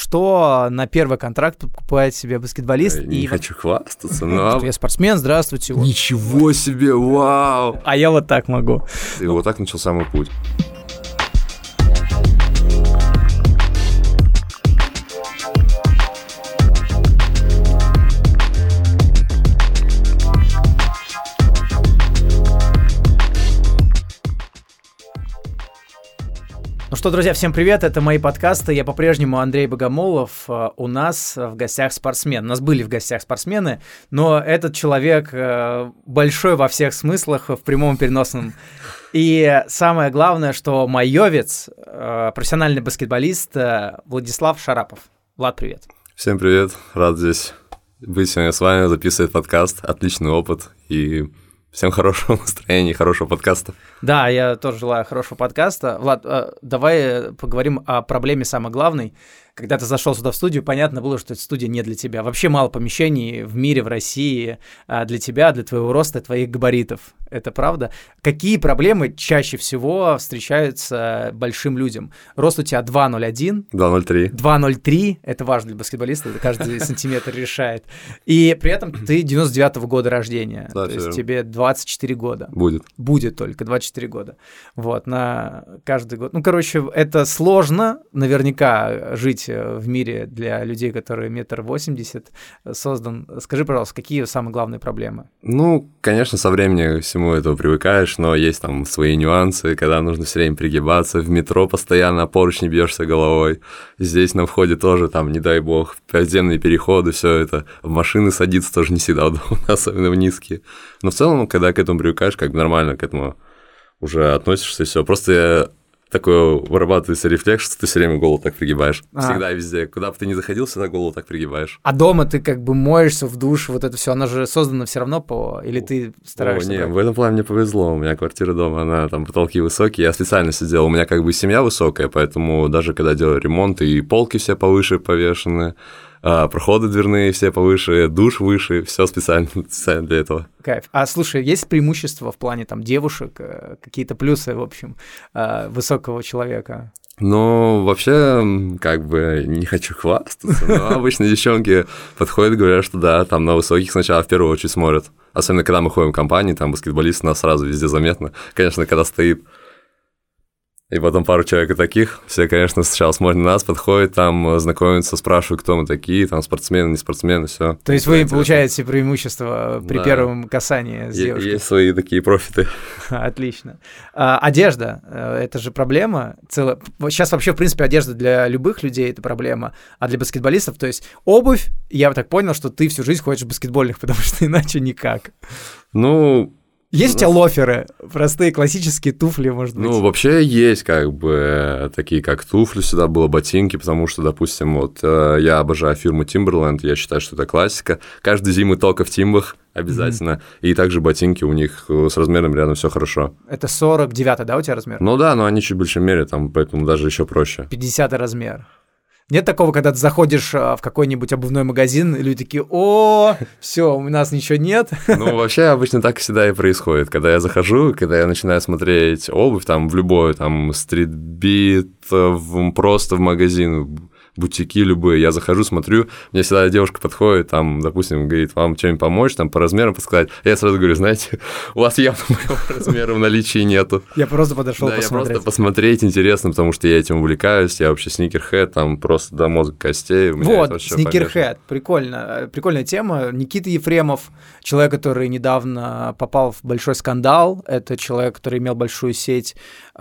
что на первый контракт покупает себе баскетболист. Не хочу хвастаться, но... Я спортсмен, здравствуйте. Ничего себе, вау! А я вот так могу. И вот так начался мой путь. Ну что, друзья, всем привет, это мои подкасты, я по-прежнему Андрей Богомолов, у нас в гостях спортсмен, у нас были в гостях спортсмены, но этот человек большой во всех смыслах, в прямом и переносном, и самое главное, что майовец, профессиональный баскетболист Владислав Шарапов. Влад, привет. Всем привет, рад здесь быть сегодня с вами, записывать подкаст, отличный опыт и... Всем хорошего настроения и хорошего подкаста. Да, я тоже желаю хорошего подкаста. Влад, давай поговорим о проблеме самой главной. Когда ты зашел сюда в студию, понятно было, что эта студия не для тебя. Вообще мало помещений в мире, в России для тебя, для твоего роста, твоих габаритов. Это правда? Какие проблемы чаще всего встречаются большим людям? Рост у тебя 2,01. 2,03. 2,03. Это важно для баскетболиста, это каждый сантиметр решает. И при этом ты 99-го года рождения. Да, то есть тебе 24 года. Будет только 24 года. Вот, на каждый год. Ну, короче, это сложно наверняка жить в мире для людей, которые 1,80 м создан. Скажи, пожалуйста, какие самые главные проблемы? Ну, конечно, со временем к всему этого привыкаешь, но есть там свои нюансы, когда нужно все время пригибаться, в метро постоянно о поручни бьешься головой, здесь на входе тоже там, не дай бог, подземные переходы, все это, в машины садиться тоже не всегда удобно, особенно в низкие. Но в целом, когда к этому привыкаешь, как бы нормально к этому уже относишься, и все. Просто такой вырабатывается рефлекс, что ты все время голову так пригибаешь. Всегда, везде. Куда бы ты ни заходил, всегда голову так пригибаешь. А дома ты как бы моешься в душе, вот это все, оно же создано все равно по... Или ты стараешься... Нет, в этом плане мне повезло. У меня квартира дома, она там потолки высокие. Я специально сидел. У меня как бы семья высокая, поэтому даже когда делаю ремонт, и полки все повыше повешены, проходы дверные все повыше, душ выше, все специально для этого. Кайф. А слушай, есть преимущества в плане там девушек, какие-то плюсы, в общем, высокого человека? Ну, вообще, как бы не хочу хвастаться, но обычно девчонки подходят и говорят, что да, там на высоких сначала в первую очередь смотрят. Особенно, когда мы ходим в компании, там баскетболисты, нас сразу везде заметно. Конечно, когда стоит и потом пару человек таких, все, конечно, сначала смотрят на нас, подходят, там знакомятся, спрашивают, кто мы такие, там спортсмены, не спортсмены, все. То есть вы получаете преимущество при первом касании с девушкой? Есть свои такие профиты. Отлично. Одежда, это же проблема. Сейчас вообще, в принципе, одежда для любых людей — это проблема, а для баскетболистов, то есть обувь, я так понял, что ты всю жизнь ходишь в баскетбольных, потому что иначе никак. Ну... Есть у тебя лоферы? Простые классические туфли, может быть? Ну, вообще есть как бы такие, как туфли, всегда было ботинки, потому что, допустим, вот я обожаю фирму Timberland, я считаю, что это классика. Каждую зиму только в тимбах обязательно. И также ботинки у них с размером рядом все хорошо. Это 49-й, да, у тебя размер? Ну да, но они чуть больше мерят, там, поэтому даже еще проще. 50-й размер. Нет такого, когда ты заходишь в какой-нибудь обувной магазин, и люди такие: о, все, у нас ничего нет. Ну, вообще, обычно так всегда и происходит. Когда я захожу, когда я начинаю смотреть обувь, там, в любой, там, стритбит, просто в магазин, бутики любые, я захожу, смотрю, мне всегда девушка подходит, там, допустим, говорит, вам что-нибудь помочь, там, по размерам подсказать. Я сразу говорю, знаете, у вас явно моего размера в наличии нету. Я просто подошел посмотреть. Да, я просто посмотреть интересно, потому что я этим увлекаюсь, я вообще сникерхед, там, просто до мозга костей. Вот, сникерхед, прикольно, прикольная тема. Никита Ефремов, человек, который недавно попал в большой скандал, это человек, который имел большую сеть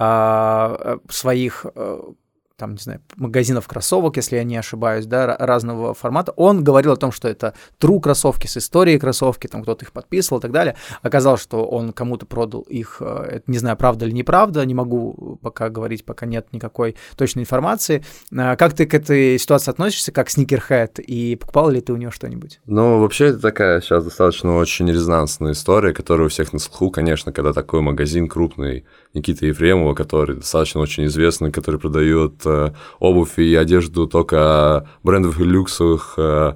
своих... там, не знаю, магазинов кроссовок, если я не ошибаюсь, да, разного формата. Он говорил о том, что это true кроссовки с историей кроссовки, там кто-то их подписывал и так далее. Оказалось, что он кому-то продал их, не знаю, правда или неправда, не могу пока говорить, пока нет никакой точной информации. Как ты к этой ситуации относишься, как сникерхед, и покупал ли ты у него что-нибудь? Ну, вообще, это такая сейчас достаточно очень резонансная история, которая у всех на слуху, конечно, когда такой магазин крупный Никиты Ефремова, который достаточно очень известный, который продает обувь и одежду только брендовых и люксовых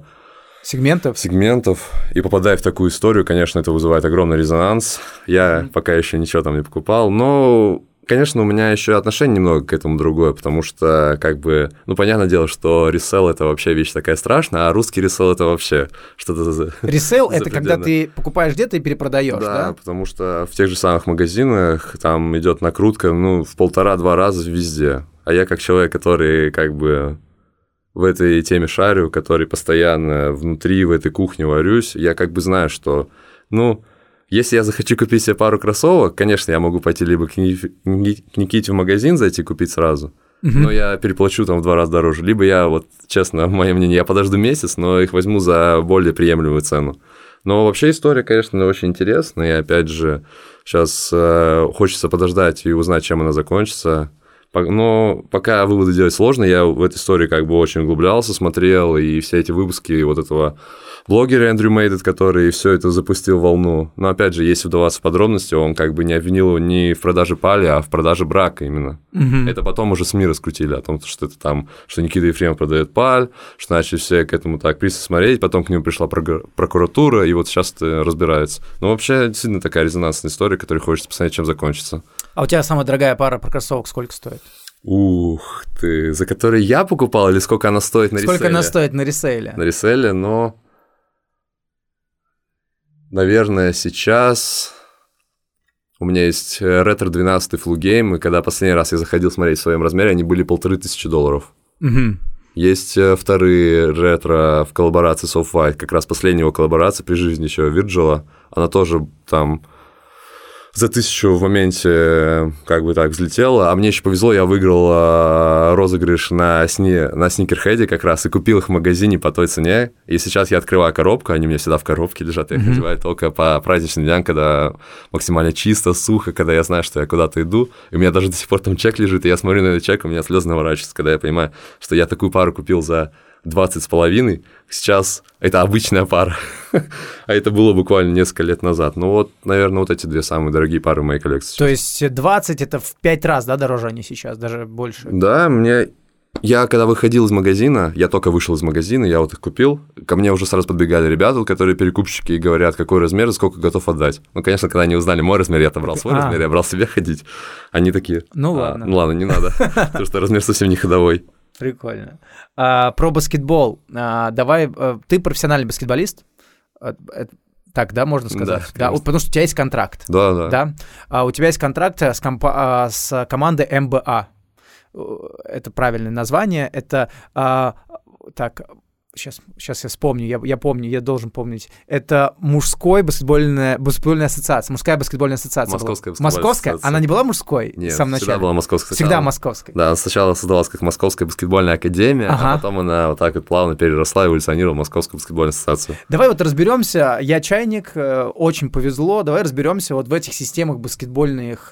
сегментов, и попадая в такую историю, конечно, это вызывает огромный резонанс. Я пока еще ничего там не покупал, но конечно, у меня еще отношение немного к этому другое, потому что, как бы, ну, понятное дело, что ресел – это вообще вещь такая страшная, а русский ресел – это вообще что-то за... Ресел – это когда ты покупаешь где-то и перепродаешь, да? Да, потому что в тех же самых магазинах там идет накрутка, ну, в 1,5-2 раза везде. А я как человек, который, как бы, в этой теме шарю, который постоянно внутри, в этой кухне варюсь, я как бы знаю, что, ну... Если я захочу купить себе пару кроссовок, конечно, я могу пойти либо к Никите в магазин зайти купить сразу, но я переплачу там в 2 раза дороже, либо я, вот честно, мое мнение, я подожду месяц, но их возьму за более приемлемую цену. Но вообще история, конечно, очень интересная, и опять же, сейчас хочется подождать и узнать, чем она закончится. Но пока выводы делать сложно, я в этой истории как бы очень углублялся, смотрел, и все эти выпуски вот этого блогера Эндрю Мейдет, который все это запустил волну. Но опять же, если вдаваться в подробности, он как бы не обвинил его не в продаже пали, а в продаже брака именно. Это потом уже СМИ раскрутили о том, что это там, что Никита Ефремов продает паль, что начали все к этому так пристально смотреть, потом к нему пришла прокуратура, и вот сейчас это разбирается. Но вообще, действительно, такая резонансная история, которой хочется посмотреть, чем закончится. А у тебя самая дорогая пара про кроссовок сколько стоит? Ух ты, за которые я покупал или сколько она стоит на реселе? Сколько она стоит на реселе? На реселе, но... Наверное, сейчас у меня есть ретро 12 Full Game, и когда последний раз я заходил смотреть в своем размере, они были $1500. Есть вторые ретро в коллаборации с Off-White, как раз последняя его коллаборация при жизни еще Вирджила, она тоже там... за 1000 в моменте как бы так взлетела, а мне еще повезло, я выиграл розыгрыш на сникерхеде как раз и купил их в магазине по той цене, и сейчас я открываю коробку, они у меня всегда в коробке лежат, я их надеваю только по праздничным дням, когда максимально чисто, сухо, когда я знаю, что я куда-то иду, и у меня даже до сих пор там чек лежит, и я смотрю на этот чек, у меня слезы наворачиваются, когда я понимаю, что я такую пару купил за 20,5, сейчас это обычная пара, а это было буквально несколько лет назад. Ну вот, наверное, вот эти 2 самые дорогие пары в моей коллекции. То есть 20 это в 5 раз, да, дороже они сейчас, даже больше? Да, я когда выходил из магазина, я только вышел из магазина, я вот их купил, ко мне уже сразу подбегали ребята, которые перекупщики, и говорят, какой размер и сколько готов отдать. Ну, конечно, когда они узнали мой размер, я отобрал свой размер, я брал себе ходить. Они такие, ладно. Ну ладно, не надо, потому что размер совсем не ходовой. Прикольно. Про баскетбол. Давай, ты профессиональный баскетболист? Так, да, можно сказать? Да, потому что у тебя есть контракт. Да. У тебя есть контракт с командой МБА. Это правильное название. Это... Так... Сейчас я вспомню, я помню, я должен помнить. Это мужская баскетбольная ассоциация. Мужская баскетбольная ассоциация. Московская? Ассоциация. Она не была мужской? Нет, в самом начале? Всегда была московская. Всегда московская. Да, она сначала создавалась как Московская баскетбольная академия, а потом она вот так вот плавно переросла и эволюционировала в Московскую баскетбольную ассоциацию. Давай вот разберемся. Я чайник, очень повезло. Давай разберемся вот в этих системах баскетбольных.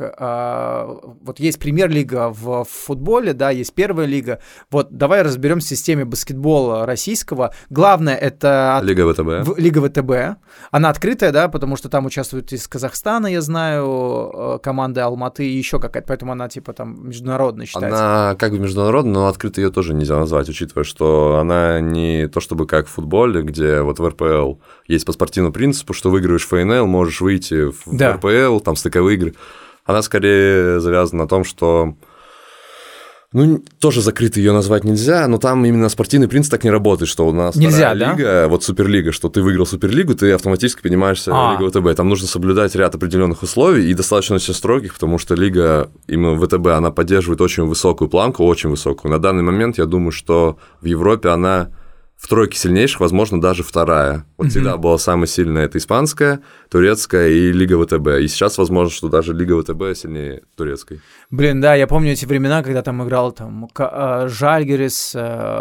Вот есть премьер-лига в футболе, да, есть первая лига. Вот давай разберемся в системе баскетбола российского. Главное, это... Лига ВТБ. Лига ВТБ. Она открытая, да, потому что там участвуют из Казахстана, я знаю, команды Алматы и еще какая-то, поэтому она типа там международная считается. Она как бы международная, но открытой ее тоже нельзя назвать, учитывая, что она не то чтобы как в футболе, где вот в РПЛ есть по спортивному принципу, что выигрываешь ФНЛ, можешь выйти в РПЛ, там стыковые игры. Она скорее завязана на том, что... Ну, тоже закрытой ее назвать нельзя, но там именно спортивный принцип так не работает, что у нас нельзя, вторая лига, вот Суперлига, что ты выиграл Суперлигу, ты автоматически поднимаешься в Лигу ВТБ. Там нужно соблюдать ряд определенных условий и достаточно очень строгих, потому что Лига именно ВТБ, она поддерживает очень высокую планку, очень высокую. На данный момент, я думаю, что в Европе она в тройке сильнейших, возможно, даже вторая. Вот всегда была самая сильная, это испанская, турецкая и Лига ВТБ. И сейчас, возможно, что даже Лига ВТБ сильнее турецкой. Блин, да, я помню эти времена, когда там играл там Жальгирис,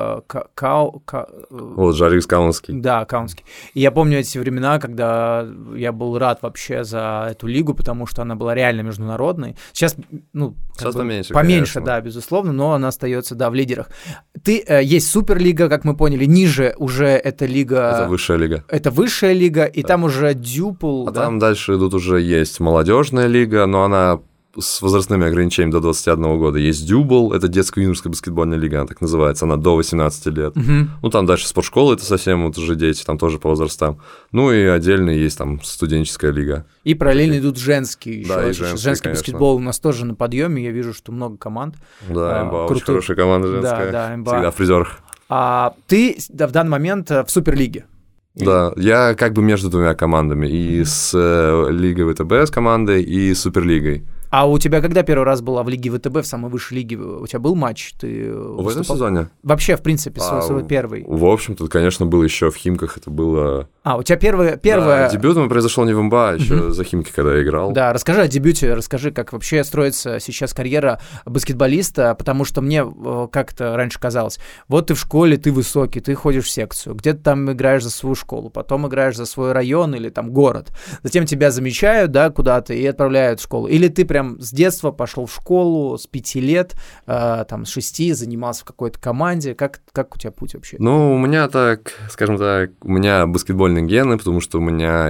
Вот, Жальгирис Каунский. Да, Каунский. И я помню эти времена, когда я был рад вообще за эту лигу, потому что она была реально международной. Сейчас, ну, сейчас поменьше, конечно. Да, безусловно, но она остается, да, в лидерах. Есть Суперлига, как мы поняли, ниже уже эта лига. Это высшая лига. Это высшая лига, и там уже Дюпл. А да? Там дальше идут уже есть молодежная лига, но она с возрастными ограничениями до 21 года. Есть Дюбл, это детская юношеская баскетбольная лига, она так называется, она до 18 лет. Ну, там дальше спортшкола, это совсем вот уже дети, там тоже по возрастам. Ну, и отдельно есть там студенческая лига. И параллельно идут женские еще. Да, и женский баскетбол у нас тоже на подъеме, я вижу, что много команд. Да, МБА очень хорошая команда женская. Да, МБА. Всегда в призерах. А ты в данный момент в Суперлиге? Да, я как бы между двумя командами, и с Лигой ВТБ с командой, и с Суперлигой. А у тебя когда первый раз была в Лиге ВТБ, в самой высшей лиге, у тебя был матч? Ты в этом сезоне? Вообще, в принципе, свой первый. В общем-то, конечно, был еще в Химках, это было... У тебя первое... Да, дебют мой произошел не в МБА, а еще за Химки, когда я играл. Да, расскажи о дебюте, расскажи, как вообще строится сейчас карьера баскетболиста, потому что мне как-то раньше казалось, вот ты в школе, ты высокий, ты ходишь в секцию, где-то там играешь за свою школу, потом играешь за свой район или там город, затем тебя замечают, да, куда-то и отправляют в школу. Или ты прям с детства пошел в школу, с 5 лет, там, с 6, занимался в какой-то команде. Как у тебя путь вообще? Ну, у меня так, скажем так, у меня баскетбольные гены, потому что у меня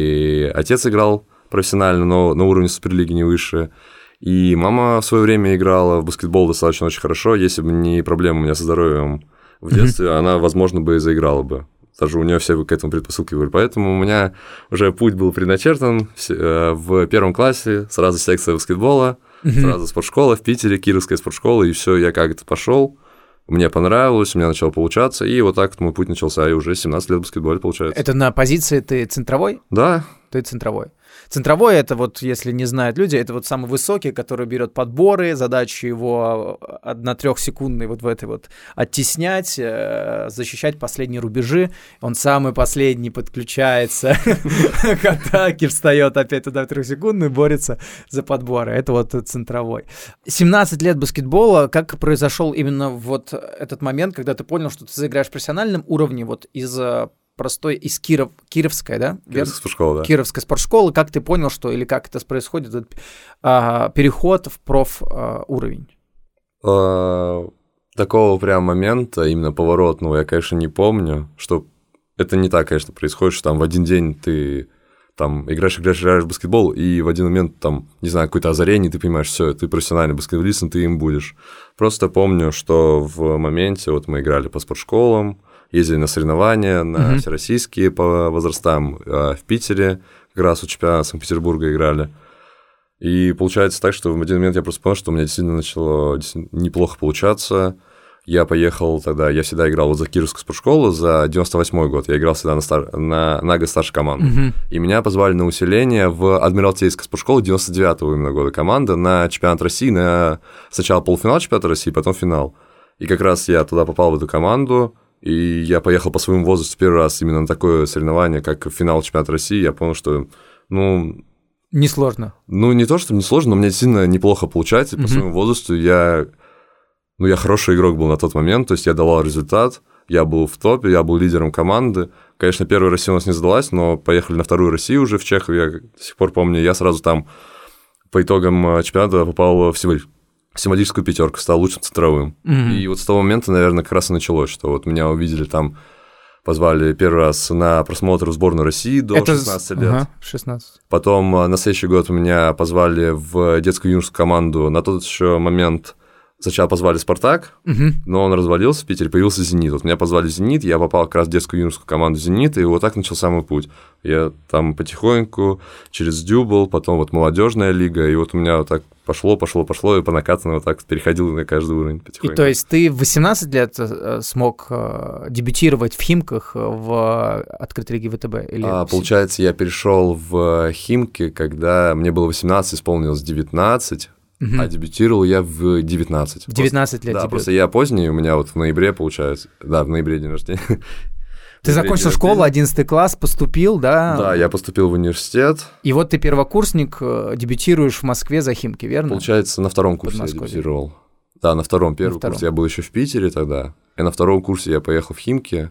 и отец играл профессионально, но на уровне Суперлиги не выше, и мама в свое время играла в баскетбол достаточно очень хорошо. Если бы не проблема у меня со здоровьем в детстве, она, возможно, бы и заиграла бы. Даже у нее все к этому предпосылки были. Поэтому у меня уже путь был предначертан. В первом классе сразу секция баскетбола, сразу спортшкола в Питере, Кировская спортшкола, и все, я как-то пошел. Мне понравилось, у меня начало получаться, и вот так мой путь начался, и уже 17 лет в баскетболе получается. Это на позиции ты центровой? Да. Ты центровой. Центровой — это вот, если не знают люди, это вот самый высокий, который берет подборы, задача его на 3-секундной вот в этой вот оттеснять, защищать последние рубежи. Он самый последний подключается к атаке, встает опять туда в 3-секундную, борется за подборы. Это вот центровой. 17 лет баскетбола. Как произошел именно вот этот момент, когда ты понял, что ты заиграешь в профессиональном уровне вот из Кировская, да? Кировская спортшкола, да. Кировская спортшкола. Как ты понял, что или как это происходит, этот переход в проф уровень? Такого прям момента, именно поворотного, я, конечно, не помню, что это не так, конечно, происходит, что там в один день ты там играешь в баскетбол, и в один момент там, не знаю, какое-то озарение, ты понимаешь, все, ты профессиональный баскетболист, и ты им будешь. Просто помню, что в моменте вот мы играли по спортшколам, ездили на соревнования, на всероссийские по возрастам в Питере, как раз у чемпионата Санкт-Петербурга играли. И получается так, что в один момент я просто понял, что у меня действительно начало неплохо получаться. Я поехал тогда, я всегда играл вот за Кировскую спортшколу за 98-й год. Я играл всегда на год старше команды. И меня позвали на усиление в Адмиралтейскую спортшколу 99-го именно года команда на чемпионат России, на сначала полуфинал чемпионата России, потом финал. И как раз я туда попал в эту команду, и я поехал по своему возрасту первый раз именно на такое соревнование, как финал чемпионата России. Я понял, что, несложно. Не то, что несложно, но мне действительно неплохо получается. По своему возрасту я хороший игрок был на тот момент, то есть я давал результат, я был в топе, я был лидером команды. Конечно, первая Россия у нас не задалась, но поехали на вторую Россию уже в Чехию. Я до сих пор помню, я сразу там по итогам чемпионата попал в символическую пятерку, стал лучшим центровым. И вот с того момента, наверное, как раз и началось, что вот меня увидели там, позвали первый раз на просмотр в сборную России до 16 лет. 16. Потом на следующий год меня позвали в детскую юношескую команду. На тот еще момент сначала позвали «Спартак», но он развалился в Питере, появился «Зенит». Вот меня позвали в «Зенит», я попал как раз в детскую юношескую команду «Зенит», и вот так начался мой путь. Я там потихоньку через Дюбл, потом вот молодежная лига, и вот у меня вот так пошло, и по накатанной вот так переходил на каждый уровень потихоньку. И то есть ты в 18 лет смог дебютировать в Химках в открытой лиге ВТБ? Или получается, я перешел в Химки, когда мне было 18, исполнилось 19, а дебютировал я в 19. В 19 лет да, дебют. Просто я поздний, у меня вот в ноябре, получается, в ноябре день рождения. Ты закончил школу, 11 класс, поступил, да? Да, я поступил в университет. И вот ты первокурсник, дебютируешь в Москве за Химки, верно? Получается, на втором курсе я дебютировал. Да, на втором. Первый курс я был еще в Питере тогда, и на втором курсе я поехал в Химки.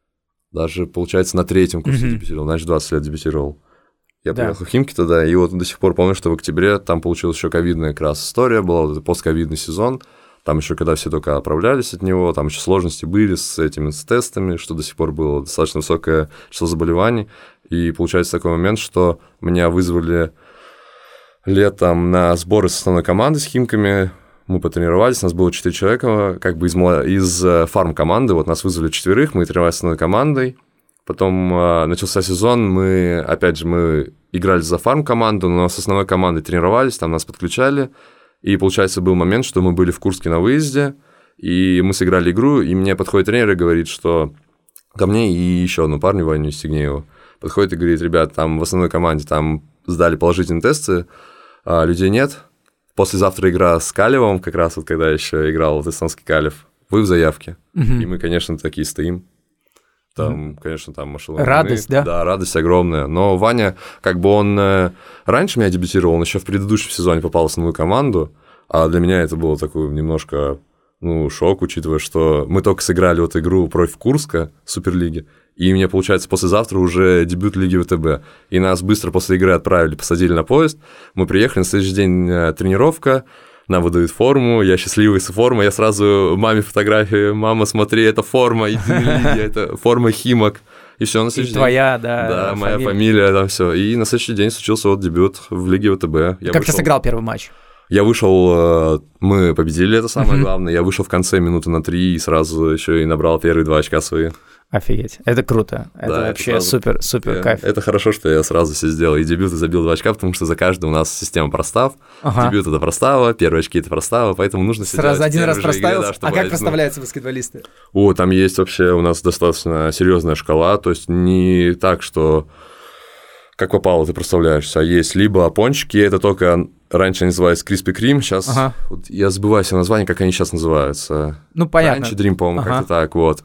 Даже, получается, на третьем курсе дебютировал, значит, 20 лет дебютировал. Я приехал в Химки тогда, и вот до сих пор помню, что в октябре там получилась еще ковидная как раз история была, вот это постковидный сезон. Там еще, когда все только оправлялись от него, там еще сложности были с этими с тестами, что до сих пор было достаточно высокое число заболеваний. И получается такой момент, что меня вызвали летом на сборы с основной командой, с Химками. Мы потренировались, нас было 4 человека, как бы из фарм-команды. Вот нас вызвали 4, мы тренировались с основной командой. Потом начался сезон, мы играли за фарм-команду, но с основной командой тренировались, там нас подключали. И, получается, был момент, что мы были в Курске на выезде, и мы сыграли игру, и мне подходит тренер и говорит, что ко мне и еще одну парню, Ваню Стегнееву, подходит и говорит: ребят, там в основной команде там сдали положительные тесты, людей нет. Послезавтра игра с Калевом, как раз вот когда еще играл вот эстонский Калев, вы в заявке. И мы, конечно, такие стоим. Там, конечно, там ошеломлены. Радость, да? Да, радость огромная. Но Ваня, как бы он раньше меня дебютировал, он еще в предыдущем сезоне попал в основную команду, а для меня это было такой немножко, шок, учитывая, что мы только сыграли вот игру против Курска в Суперлиге, и мне, получается, послезавтра уже дебют Лиги ВТБ. И нас быстро после игры отправили, посадили на поезд. Мы приехали, на следующий день тренировка, нам выдают форму, я счастливый с формой, я сразу маме фотографию: мама, смотри, это форма Единой Лиги, это форма Химок. И все, на следующий день. Твоя, да. Да, моя фамилия, там все. И на следующий день случился вот дебют в Лиге ВТБ. Как ты сыграл первый матч? Я вышел, мы победили, это самое главное. Я вышел в конце минуты на 3 и сразу еще и набрал первые 2 очка свои. Офигеть, это круто, это да, вообще это супер кайф. Это хорошо, что я сразу все сделал, и дебют, и забил 2 очка, потому что за каждый у нас система простав, дебют — это простава, первые очки — это простава, поэтому нужно все сразу один раз проставился, игре, да, как проставляются баскетболисты? Там есть вообще у нас достаточно серьезная шкала, то есть не так, что как попало ты проставляешься, а есть либо пончики, это только раньше они назывались Криспи Крим, сейчас вот я забываю все названия, как они сейчас называются. Понятно. Раньше Дрим, по-моему, как-то так, вот.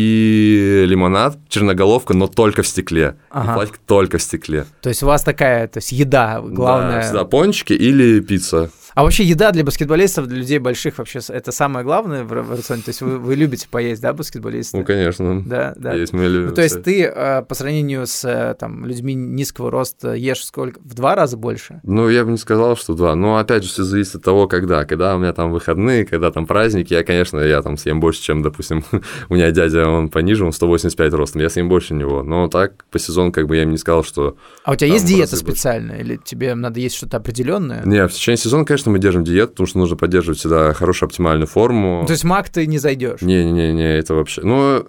И лимонад, черноголовка, но только в стекле. И платье только в стекле. То есть у вас такая, то есть еда главная. Да, всегда пончики или пицца. А вообще еда для баскетболистов, для людей больших вообще это самое главное в рационе? То есть вы любите поесть, да, баскетболисты? Конечно. Да. Есть, мы любим. То есть ты по сравнению с людьми низкого роста ешь сколько? В 2 раза больше? Я бы не сказал, что 2. Но опять же, все зависит от того, когда. Когда у меня там выходные, когда там праздники, я там съем больше, чем, допустим, у меня дядя, он пониже, он 185 ростом, я съем больше него. Но так по сезону как бы я им не сказал, что... А у тебя есть диета специальная? Или тебе надо есть что-то определенное? Не, в течение сезона, конечно, мы держим диету, потому что нужно поддерживать всегда хорошую оптимальную форму. То есть МАК ты не зайдешь? Не, это вообще...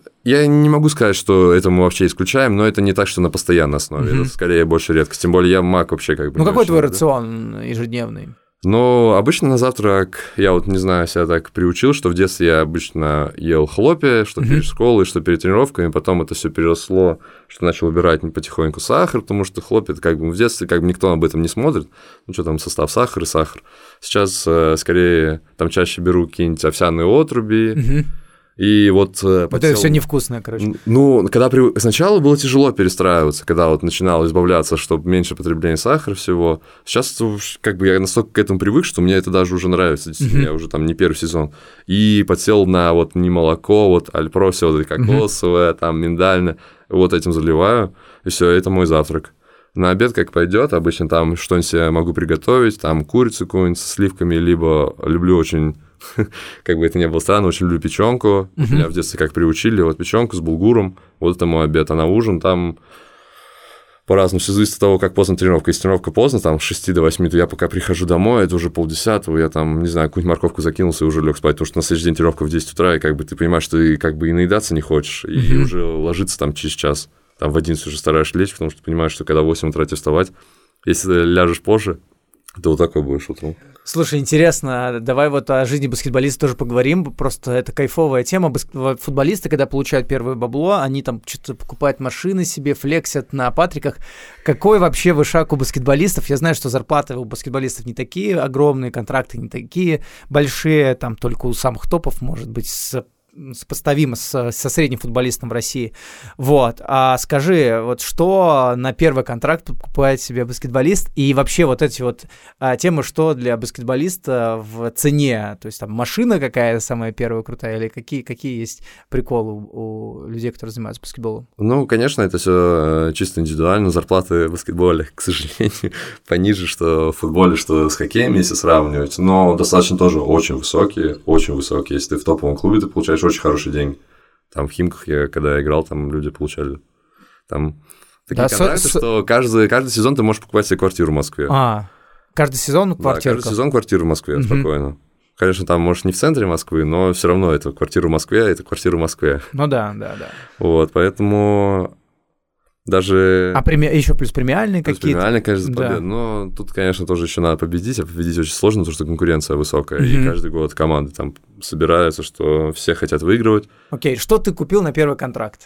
Я не могу сказать, что это мы вообще исключаем, но это не так, что на постоянной основе. Это скорее больше редкость. Тем более я МАК вообще как бы... какой твой рацион ежедневный? Обычно на завтрак, я вот не знаю, себя так приучил, что в детстве я обычно ел хлопья, что перед школой, что перед тренировками, потом это все переросло, что начал убирать потихоньку сахар, потому что хлопья, это как бы в детстве как бы никто об этом не смотрит, что там состав сахар и сахар. Сейчас скорее там чаще беру какие-нибудь овсяные отруби. И вот это все невкусное, короче. Когда сначала было тяжело перестраиваться, когда вот начинал избавляться, чтобы меньше потребления сахара всего. Сейчас как бы я настолько к этому привык, что мне это даже уже нравится. Действительно, я уже там не первый сезон. И подсел на вот не молоко, вот альпро, все вот кокосовое, там миндальное. Вот этим заливаю, и все, это мой завтрак. На обед как пойдет, обычно там что-нибудь себе могу приготовить, там курицу какую-нибудь со сливками, либо люблю очень... Как бы это ни было странно, очень люблю печенку. Меня в детстве как приучили, вот печенку с булгуром, вот это мой обед. А на ужин там по-разному, все зависит от того, как поздно тренировка. Если тренировка поздно, там с 6 до 8, то я пока прихожу домой, это уже 9:30, я там, не знаю, какую-нибудь морковку закинулся и уже лег спать, потому что на следующий день тренировка в 10 утра, и как бы ты понимаешь, что ты как бы и наедаться не хочешь, и уже ложиться там через час. Там в 11 уже стараешься лечь, потому что ты понимаешь, что когда в 8 утра тебе вставать, если ляжешь позже, то вот такой будешь утром. Слушай, интересно, давай вот о жизни баскетболиста тоже поговорим, просто это кайфовая тема. Футболисты, когда получают первое бабло, они там что-то покупают машины себе, флексят на патриках. Какой вообще вышаг у баскетболистов? Я знаю, что зарплаты у баскетболистов не такие огромные, контракты не такие большие, там только у самых топов, может быть, сопоставимо со средним футболистом в России. Вот. А скажи, вот что на первый контракт покупает себе баскетболист, и вообще вот эти вот темы, что для баскетболиста в цене? То есть там машина какая самая первая крутая, или какие есть приколы у людей, которые занимаются баскетболом? Конечно, это все чисто индивидуально. Зарплаты в баскетболе, к сожалению, пониже, что в футболе, что с хоккеем, если сравнивать. Но достаточно тоже очень высокие. Если ты в топовом клубе, ты получаешь очень хорошие деньги. Там в Химках, когда я играл, там люди получали там такие контракты, что каждый сезон ты можешь покупать себе квартиру в Москве. Каждый сезон квартира? Да, каждый сезон квартира в Москве, спокойно. Конечно, там, может, не в центре Москвы, но все равно это квартира в Москве, это квартира в Москве. Ну да. Вот, поэтому даже... еще плюс премиальные какие-то? Премиальные, конечно, за победу. Но тут, конечно, тоже еще надо победить, а победить очень сложно, потому что конкуренция высокая, и каждый год команды там собираются, что все хотят выигрывать. Окей, что ты купил на первый контракт?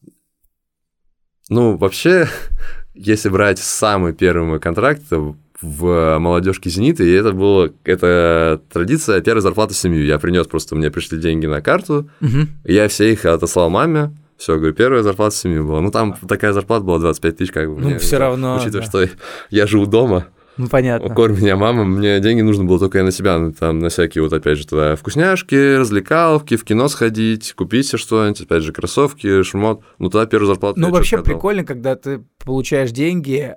Ну, вообще, если брать самый первый мой контракт, это в молодежке «Зенита», и это традиция первой зарплаты в семью. Я принес просто, мне пришли деньги на карту, я все их отослал маме. Все, говорю, первая зарплата в семью была. Ну, там такая зарплата была 25 тысяч, как бы. Ну, все равно. Учитывая, что я живу дома, понятно. Кормит меня мама, мне деньги нужно было только на себя, там, на всякие, вот опять же, туда вкусняшки, развлекаловки, в кино сходить, купить себе что-нибудь, опять же, кроссовки, шмот. Ну, тогда первую зарплату. Ну, вообще прикольно, когда ты получаешь деньги,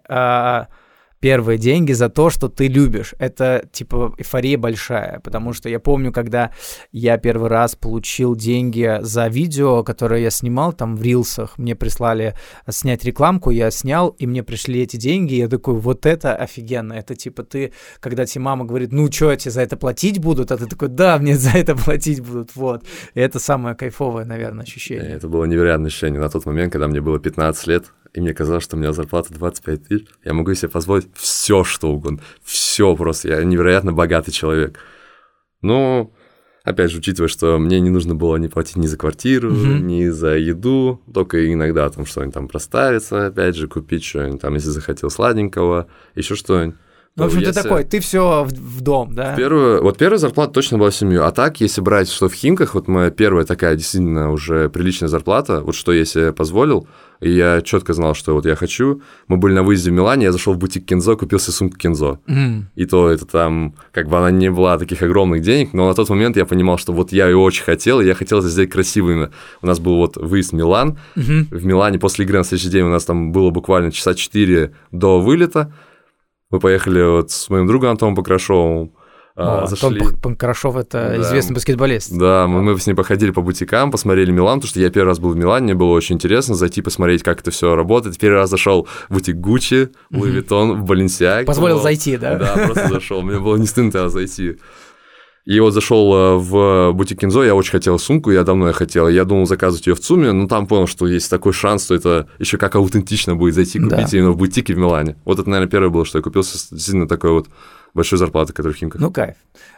первые деньги за то, что ты любишь. Это, типа, эйфория большая, потому что я помню, когда я первый раз получил деньги за видео, которое я снимал там в рилсах, мне прислали снять рекламку, я снял, и мне пришли эти деньги, и я такой, вот это офигенно. Это, типа, ты, когда тебе мама говорит, ну, что, тебе за это платить будут? А ты такой, да, мне за это платить будут, вот. И это самое кайфовое, наверное, ощущение. Это было невероятное ощущение. На тот момент, когда мне было 15 лет, и мне казалось, что у меня зарплата 25 тысяч, я могу себе позволить все, что угодно, все просто, я невероятно богатый человек. Но, опять же, учитывая, что мне не нужно было не платить ни за квартиру, ни за еду, только иногда там что-нибудь там проставиться, опять же, купить что-нибудь там, если захотел сладенького, еще что-нибудь. Ну, в общем, ты такой, ты все в дом, да? Первая зарплата точно была в семью. А так, если брать, что в Химках, вот моя первая такая действительно уже приличная зарплата, вот что я себе позволил, и я четко знал, что вот я хочу. Мы были на выезде в Милане, я зашел в бутик Кензо, купил себе сумку Кензо. И то это там, как бы она не была таких огромных денег, но на тот момент я понимал, что вот я ее очень хотел, и я хотел это сделать красиво именно. У нас был вот выезд в Милан. В Милане после игры на следующий день у нас там было буквально часа 4 до вылета. Мы поехали вот с моим другом Антоном Покрашовым. Антон Покрашов – это известный баскетболист. Да, мы с ним походили по бутикам, посмотрели Милан, потому что я первый раз был в Милане, мне было очень интересно зайти посмотреть, как это все работает. Первый раз зашел в бутик Гуччи, Луи Виттон, в Баленсиаге. Позволил зайти, да? Да, просто зашел. Мне было не стыдно тогда зайти. И вот зашел в бутик Кензо, я очень хотел сумку, я давно ее хотел, я думал заказывать ее в ЦУМе, но там понял, что есть такой шанс, что это еще как аутентично будет зайти купить именно в бутике в Милане. Вот это, наверное, первое было, что я купил действительно такой вот большой зарплаты, который в Химках. Ну, кайф.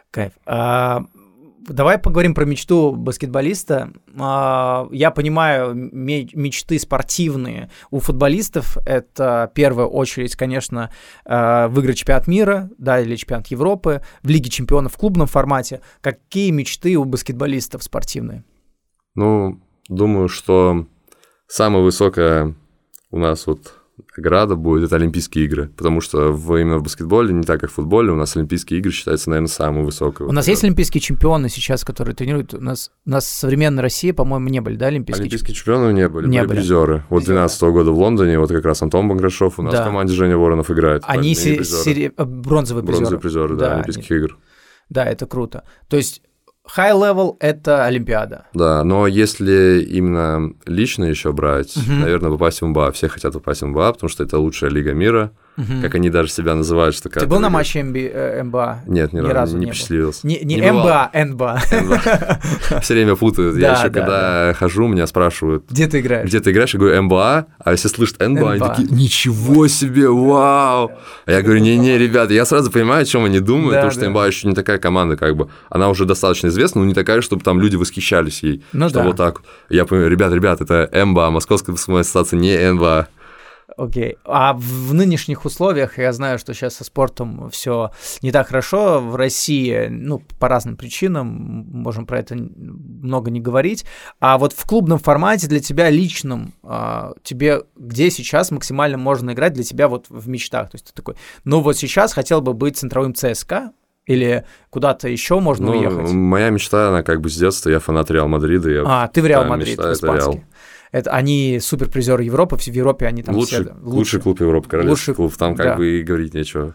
Давай поговорим про мечту баскетболиста. Я понимаю, мечты спортивные у футболистов – это в первую очередь, конечно, выиграть чемпионат мира, да, или чемпионат Европы, в Лиге чемпионов в клубном формате. Какие мечты у баскетболистов спортивные? Ну, думаю, что самая высокая у нас вот награда будет – это Олимпийские игры, потому что именно в баскетболе, не так как в футболе, у нас Олимпийские игры считаются, наверное, самой высокой. У нас есть олимпийские чемпионы сейчас, которые тренируют? У нас в современной России, по-моему, не были, да, олимпийские чемпионы не были, были призеры. Вот 2012 года в Лондоне, вот как раз Антон Баграшов, у нас в команде Женя Воронов играет. Они бронзовые призеры, да, Олимпийских игр. Да, это круто. То есть high level – это Олимпиада. Да, но если именно лично еще брать, наверное, попасть в НБА. Все хотят попасть в НБА, потому что это лучшая лига мира, как они даже себя называют. Что ты был на матче НБА? Нет, ни разу не посчастливился. Не НБА, НБА. Все время путают. Я еще когда хожу, меня спрашивают. Где ты играешь? Где ты играешь? Я говорю НБА, а все слышат НБА, они такие, ничего себе, вау! А я говорю, не, ребята, я сразу понимаю, о чем они думают, потому что НБА еще не такая команда, как бы. Она уже достаточно известна, но не такая, чтобы там люди восхищались ей. Что вот так. Я понимаю, ребят, это НБА, Московская баскетбольная ассоциация, не НБА. Окей. А в нынешних условиях, я знаю, что сейчас со спортом все не так хорошо в России, ну, по разным причинам, можем про это много не говорить. А вот в клубном формате для тебя личном, тебе где сейчас максимально можно играть для тебя вот в мечтах? То есть ты такой, ну вот сейчас хотел бы быть центровым ЦСКА, или куда-то еще можно уехать? Моя мечта, она как бы с детства, я фанат Реал Мадрида. Ты в Реал Мадрид, в испанский. Это они суперпризеры Европы, в Европе они там лучший клуб Европы, королевский клуб, там как бы и говорить нечего.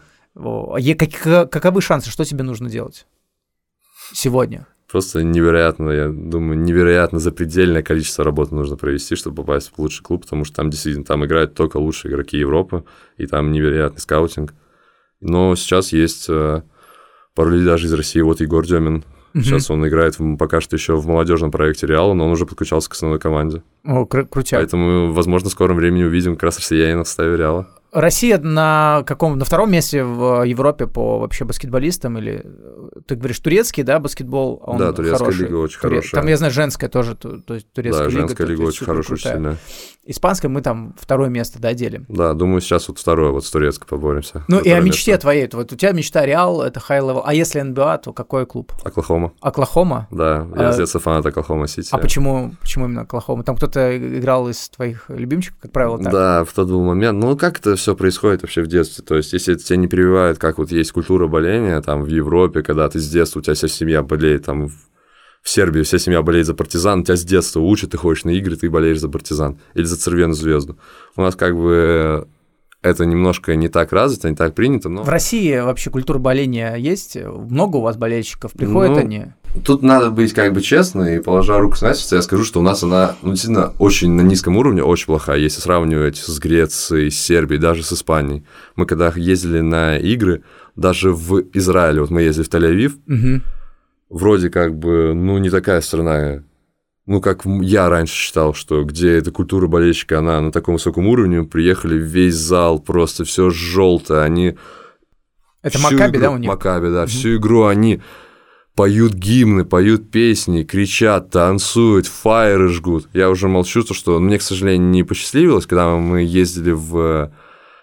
Каковы шансы, что тебе нужно делать сегодня? Просто невероятно, я думаю, невероятно запредельное количество работы нужно провести, чтобы попасть в лучший клуб, потому что там действительно там играют только лучшие игроки Европы, и там невероятный скаутинг. Но сейчас есть пару людей даже из России, вот Егор Демин. Сейчас он играет пока что еще в молодежном проекте Реала, но он уже подключался к основной команде. О, крутяк. Поэтому, возможно, в скором времени увидим как раз россиянина в составе Реала. Россия на втором месте в Европе по вообще баскетболистам, или ты говоришь турецкий, да, баскетбол? Он да, турецкая хороший. лига очень хорошая. Там, я знаю, женская тоже, то есть турецкая лига. Да, женская лига очень хорошая, очень сильная. Испанская мы там второе место, да, делим. Да, думаю, сейчас вот второе, вот с турецкой поборемся. Ну и о мечте твоей, вот у тебя мечта Реал, это high-level, а если НБА, то какой клуб? Оклахома. Оклахома? Да, я с детства фанат Оклахома Сити. А почему именно Оклахома? Там кто-то играл из твоих любимчиков, как правило, так? Да, в тот был момент. Ну, как это все происходит вообще в детстве? То есть, если это тебя не прививают, как вот есть культура боления там в Европе, когда ты с детства, у тебя вся семья болеет, там в Сербии вся семья болеет за Партизан, тебя с детства учат, ты ходишь на игры, ты болеешь за Партизан или за Цервену Звезду. У нас как бы это немножко не так развито, не так принято, но... В России вообще культура боления есть? Много у вас болельщиков? Приходят они? Тут надо быть как бы честным и, положа руку на сердце, я скажу, что у нас она действительно очень на низком уровне, очень плохая, если сравнивать с Грецией, с Сербией, даже с Испанией. Мы когда ездили на игры, даже в Израиле, вот мы ездили в Тель-Авив, вроде как бы, ну, не такая страна, ну, как я раньше считал, что где эта культура болельщика, она на таком высоком уровне, приехали, весь зал, просто все желтое, они... Это Маккаби, да, у них? Маккаби, да, всю игру они... Поют гимны, поют песни, кричат, танцуют, фаеры жгут. Я уже молчу, что мне, к сожалению, не посчастливилось, когда мы ездили в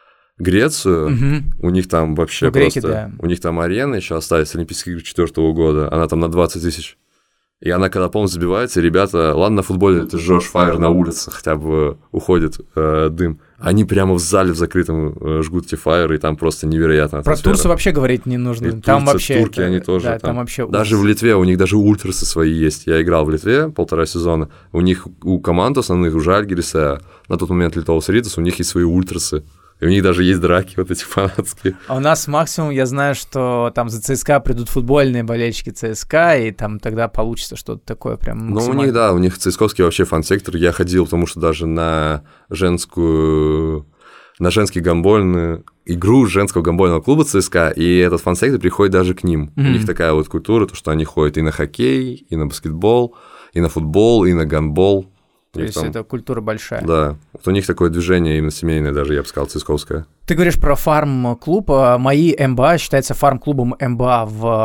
Грецию, у них там вообще греки, просто... да. У них там арена еще остались, Олимпийские игры 2004 года, она там на 20 тысяч. И она, когда полностью забивается, ребята, ладно, на футболе ты жжешь фаер на улице, хотя бы уходит дым. Они прямо в зале в закрытом жгут эти фаеры, и там просто невероятно атмосфера. Про Турцию вообще говорить не нужно. И там вообще турки, они тоже. Да, там вообще даже в Литве у них даже ультрасы свои есть. Я играл в Литве 1,5 сезона. У них, у команд основных, у Жальгириса, на тот момент Литовс Ритас, у них есть свои ультрасы. И у них даже есть драки вот эти фанатские. А у нас максимум, я знаю, что там за ЦСКА придут футбольные болельщики ЦСКА, и там тогда получится что-то такое прям максимально. Ну, у них, да, у них ЦСКАовский вообще фан-сектор. Я ходил, потому что даже на женский гандбольную игру женского гандбольного клуба ЦСКА, и этот фан-сектор приходит даже к ним. У них такая вот культура, то, что они ходят и на хоккей, и на баскетбол, и на футбол, и на гандбол. То есть это культура большая. Да. Вот у них такое движение именно семейное даже, я бы сказал, цисковское. Ты говоришь про фарм-клуб. Мои МБА считается фарм-клубом МБА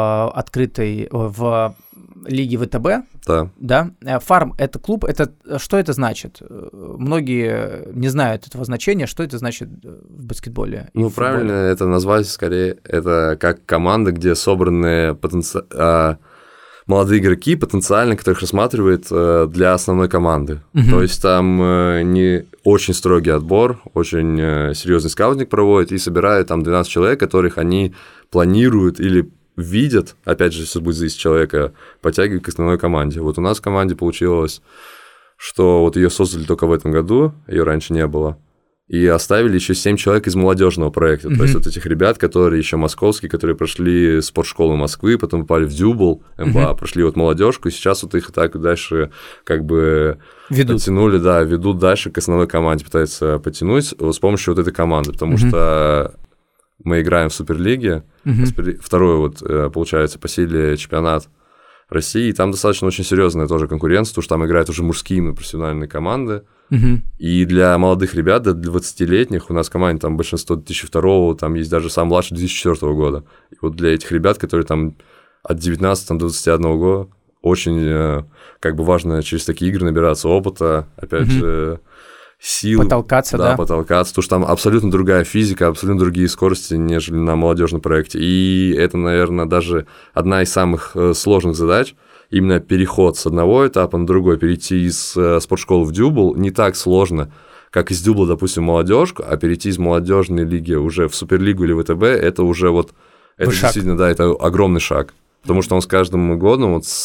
в лиге ВТБ. Да. Да? Фарм – это клуб. Что это значит? Многие не знают этого значения. Что это значит в баскетболе? Ну, правильно это назвать скорее. Это как команда, где собраны молодые игроки, потенциально, которых рассматривают для основной команды. То есть там не очень строгий отбор, очень серьезный скаутинг проводят и собирают там 12 человек, которых они планируют или видят, опять же, все будет зависеть от человека, подтягивать к основной команде. Вот у нас в команде получилось, что вот ее создали только в этом году, ее раньше не было. И оставили еще 7 человек из молодежного проекта. То есть вот этих ребят, которые еще московские, которые прошли спортшколу Москвы, потом попали в Дюбл, МБА, прошли вот молодежку, и сейчас вот их так дальше как бы подтянули, да, ведут дальше к основной команде, пытаются подтянуть вот с помощью вот этой команды, потому что мы играем в Суперлиге, второй вот, получается, по силе чемпионат России, и там достаточно очень серьезная тоже конкуренция, потому что там играют уже мужские профессиональные команды, и для молодых ребят, до 20-летних, у нас в команде там большинство 2002-го, там есть даже сам младший 2004 года, и вот для этих ребят, которые там от 19 до 21 года, очень как бы важно через такие игры набираться опыта, опять же, сил. Потолкаться, да. Потолкаться, потому что там абсолютно другая физика, абсолютно другие скорости, нежели на молодежном проекте. И это, наверное, даже одна из самых сложных задач, именно переход с одного этапа на другой, перейти из спортшколы в Дюбл не так сложно, как из Дюбла, допустим, молодежку, а перейти из молодежной лиги уже в Суперлигу или ВТБ, это уже вот, это действительно, да, это огромный шаг, потому что он с каждым годом вот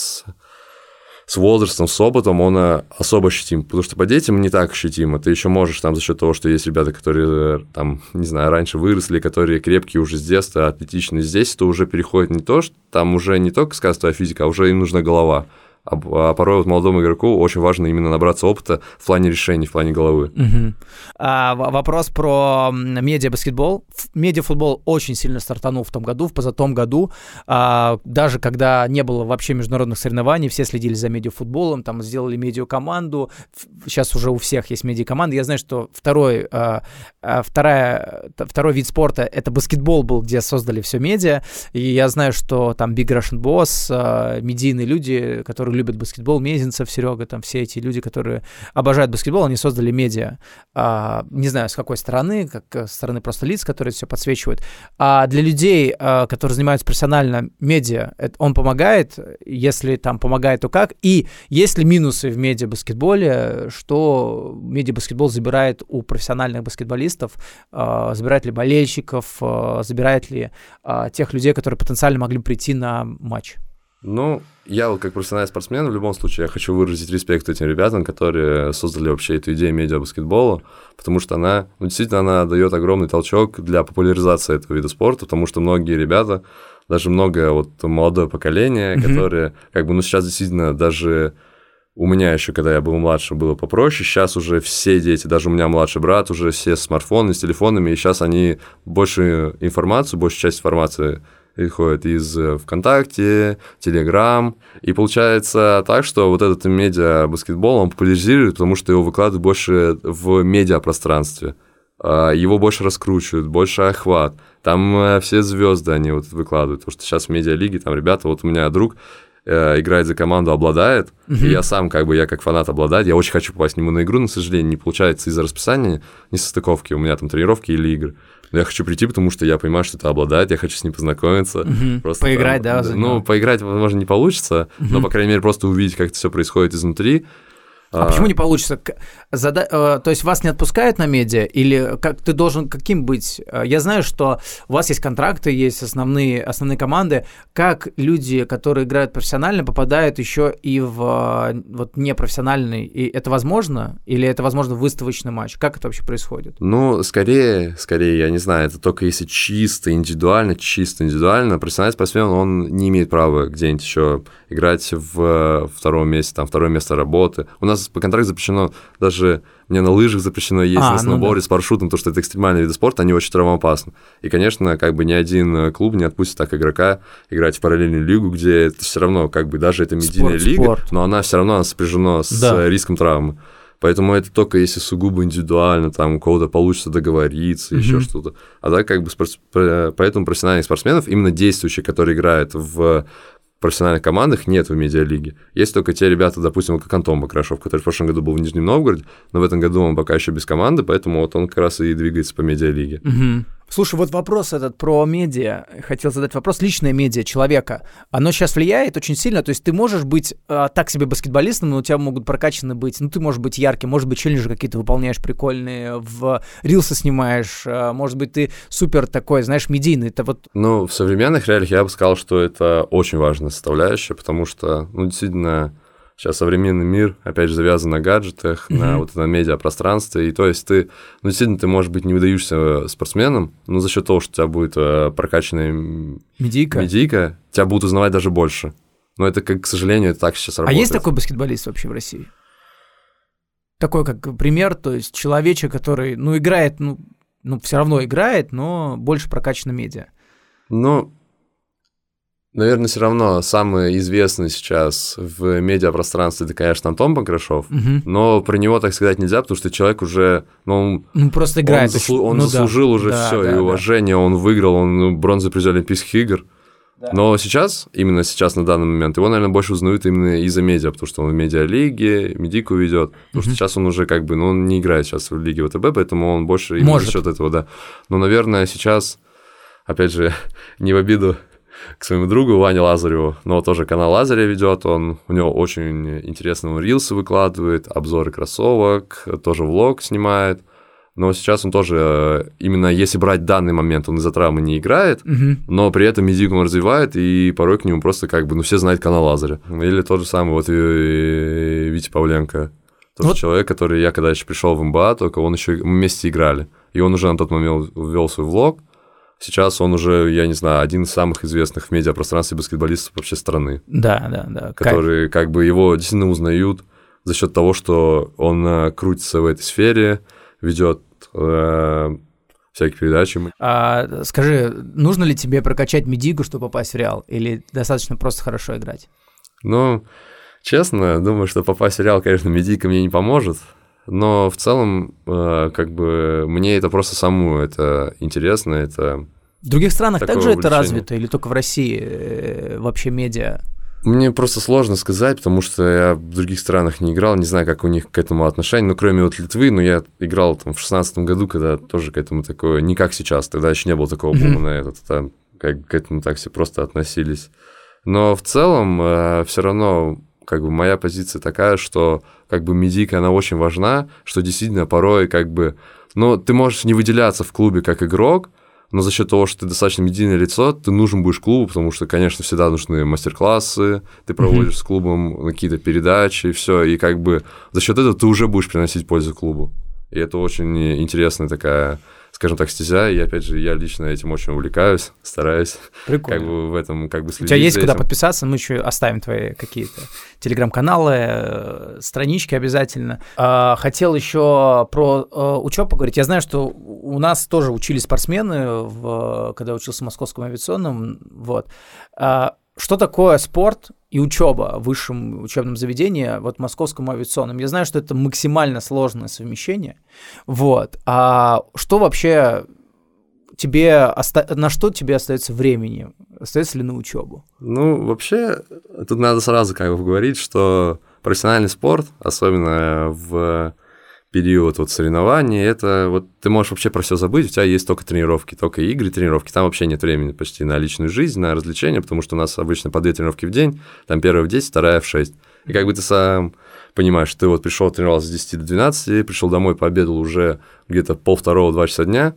с возрастом, с опытом он особо ощутим, потому что по детям не так ощутимо. Ты еще можешь там за счет того, что есть ребята, которые там, не знаю, раньше выросли, которые крепкие уже с детства, атлетичные. Здесь это уже переходит не то, что там уже не только сказать твоя физика, а уже им нужна голова. А порой вот молодому игроку очень важно именно набраться опыта в плане решений, в плане головы. Вопрос про медиабаскетбол. Медиафутбол очень сильно стартанул в том году, в позатом году. Даже когда не было вообще международных соревнований, все следили за медиафутболом, там сделали медиакоманду. Сейчас уже у всех есть медиакоманда. Я знаю, что второй вид спорта — это баскетбол был, где создали все медиа. И я знаю, что там Big Russian Boss, медийные люди, которые любят баскетбол, Мезенцев, Серега, там все эти люди, которые обожают баскетбол, они создали медиа. Не знаю, с какой стороны, как со стороны просто лиц, которые все подсвечивают. А для людей, которые занимаются профессионально медиа, он помогает? Если там помогает, то как? И есть ли минусы в медиабаскетболе, что медиабаскетбол забирает у профессиональных баскетболистов, забирает ли болельщиков, забирает ли тех людей, которые потенциально могли бы прийти на матч? Ну, я вот как профессиональный спортсмен, в любом случае, я хочу выразить респект этим ребятам, которые создали вообще эту идею медиабаскетбола, потому что она, действительно, она дает огромный толчок для популяризации этого вида спорта, потому что многие ребята, даже многое вот молодое поколение, которые, сейчас действительно даже у меня еще, когда я был младше, было попроще, сейчас уже все дети, даже у меня младший брат, уже все с смартфонами, с телефонами, и сейчас они большую часть информации исходит из ВКонтакте, Телеграм, и получается так, что вот этот медиа-баскетбол, он популяризирует, потому что его выкладывают больше в медиапространстве, его больше раскручивают, больше охват, там все звезды они вот выкладывают, потому что сейчас в медиалиге там ребята, вот у меня друг играет за команду, обладает, и я сам я как фанат обладает, я очень хочу попасть к нему на игру, но, к сожалению, не получается из-за расписания, несостыковки, у меня там тренировки или игры. Но я хочу прийти, потому что я понимаю, что это обладает, я хочу с ним познакомиться. Просто поиграть, там, да? Ну, поиграть, возможно, не получится, но, по крайней мере, просто увидеть, как это все происходит изнутри. А почему не получится? То есть вас не отпускают на медиа? Или как ты должен каким быть? Я знаю, что у вас есть контракты, есть основные команды. Как люди, которые играют профессионально, попадают еще и в вот непрофессиональный? И это возможно? Или это, возможно, выставочный матч? Как это вообще происходит? Ну, скорее, я не знаю, это только если чисто индивидуально. Профессиональный спортсмен, он не имеет права где-нибудь еще играть в втором месте, там, второе место работы. У нас по контракту запрещено, даже мне на лыжах запрещено ездить, на сноуборде, с парашютом, потому что это экстремальные виды спорта, они очень травмоопасны. И, конечно, ни один клуб не отпустит так игрока играть в параллельную лигу, где это все равно, даже это медийная лига, но она все равно сопряжена с риском травмы. Поэтому это только если сугубо индивидуально, там у кого-то получится договориться, еще что-то. А так поэтому профессиональных спортсменов, именно действующих, которые играют в профессиональных командах, нет в медиалиге. Есть только те ребята, допустим, как Антон Бакрашов, который в прошлом году был в Нижнем Новгороде, но в этом году он пока еще без команды, поэтому вот он как раз и двигается по медиалиге. Слушай, вот вопрос этот про медиа. Хотел задать вопрос. Личное медиа человека, оно сейчас влияет очень сильно? То есть ты можешь быть так себе баскетболистом, но у тебя могут прокачаны быть, ты можешь быть ярким, может быть, челленджи какие-то выполняешь прикольные, в рилсы снимаешь, может быть, ты супер такой, знаешь, медийный. Это вот... Ну, в современных реалиях я бы сказал, что это очень важная составляющая, потому что, действительно... Сейчас современный мир, опять же, завязан на гаджетах, на вот этом медиапространстве, и то есть ты, действительно, ты можешь быть не выдающимся спортсменом, но за счет того, что у тебя будет прокачанная медийка, тебя будут узнавать даже больше. Но это, к сожалению, это так сейчас работает. А есть такой баскетболист вообще в России? Такой, как пример, то есть человечек, который, играет, все равно играет, но больше прокачано медиа. Наверное, все равно самый известный сейчас в медиапространстве это, конечно, Антон Бакрашов, но про него так сказать нельзя, потому что человек уже, просто играет. Он заслужил уже все, и уважение, он выиграл, он бронзовый призер Олимпийских игр. Да. Но именно сейчас, на данный момент, его, наверное, больше узнают именно из-за медиа, потому что он в медиалиге, медийку ведет, потому что сейчас он уже он не играет сейчас в лиге ВТБ, поэтому он больше именно за счет этого, да. Но, наверное, сейчас, опять же, не в обиду к своему другу Ване Лазареву, но тоже канал Лазаря ведет, у него очень интересно, он рилсы выкладывает, обзоры кроссовок, тоже влог снимает, но сейчас он тоже, именно если брать данный момент, он из-за травмы не играет, но при этом медийку он развивает, и порой к нему просто все знают канал Лазаря. Или тот же самый Витя Павленко, тоже человек, который когда еще пришел в МБА, только мы вместе играли, и он уже на тот момент ввел свой влог, Сейчас он уже, я не знаю, один из самых известных в медиапространстве баскетболистов вообще страны. Да. Которые как бы его действительно узнают за счет того, что он крутится в этой сфере, ведет всякие передачи. Скажи, нужно ли тебе прокачать медигу, чтобы попасть в Реал, или достаточно просто хорошо играть? Ну, честно, думаю, что попасть в Реал, конечно, медийка мне не поможет, но в целом, как бы, мне это просто самому это интересно, это... В других странах также это увлечение. развито, или только в России вообще медиа? Мне просто сложно сказать, потому что я в других странах не играл, не знаю, как у них к этому отношение, ну, кроме вот Литвы, но я играл там в 2016 году, когда тоже к этому такое, не как сейчас, тогда еще не было такого бума на этот, там, как к этому так все просто относились. Но в целом все равно, как бы, моя позиция такая, что, как бы, медийка, она очень важна, что действительно порой, как бы, ну, ты можешь не выделяться в клубе как игрок, но за счет того, что ты достаточно медийное лицо, ты нужен будешь клубу, потому что, конечно, всегда нужны мастер-классы, ты проводишь с клубом какие-то передачи, все, и как бы за счет этого ты уже будешь приносить пользу клубу. И это очень интересная такая, скажем так, стезя, и опять же, я лично этим очень увлекаюсь, стараюсь. Прикольно. Как бы в этом как бы следить. У тебя есть за куда этим. подписаться, мы еще оставим твои какие-то телеграм-каналы, странички обязательно. Хотел еще про учебу поговорить. Я знаю, что у нас тоже учились спортсмены, когда учился в Московском авиационном. Вот. Что такое спорт и учеба в высшем учебном заведении, вот Московском авиационном? Я знаю, что это максимально сложное совмещение. Вот. А что вообще на что тебе остается времени? Остается ли на учебу? Ну, вообще, тут надо сразу как бы говорить, что профессиональный спорт, особенно в период вот соревнований, это вот ты можешь вообще про все забыть, у тебя есть только тренировки, только игры, тренировки, там вообще нет времени почти на личную жизнь, на развлечения, потому что у нас обычно по 2 тренировки в день, там первая в 10, вторая в 6. И как бы ты сам понимаешь, ты вот пришел, тренировался с 10 до 12, пришел домой, пообедал уже где-то 1:30-2 часа дня,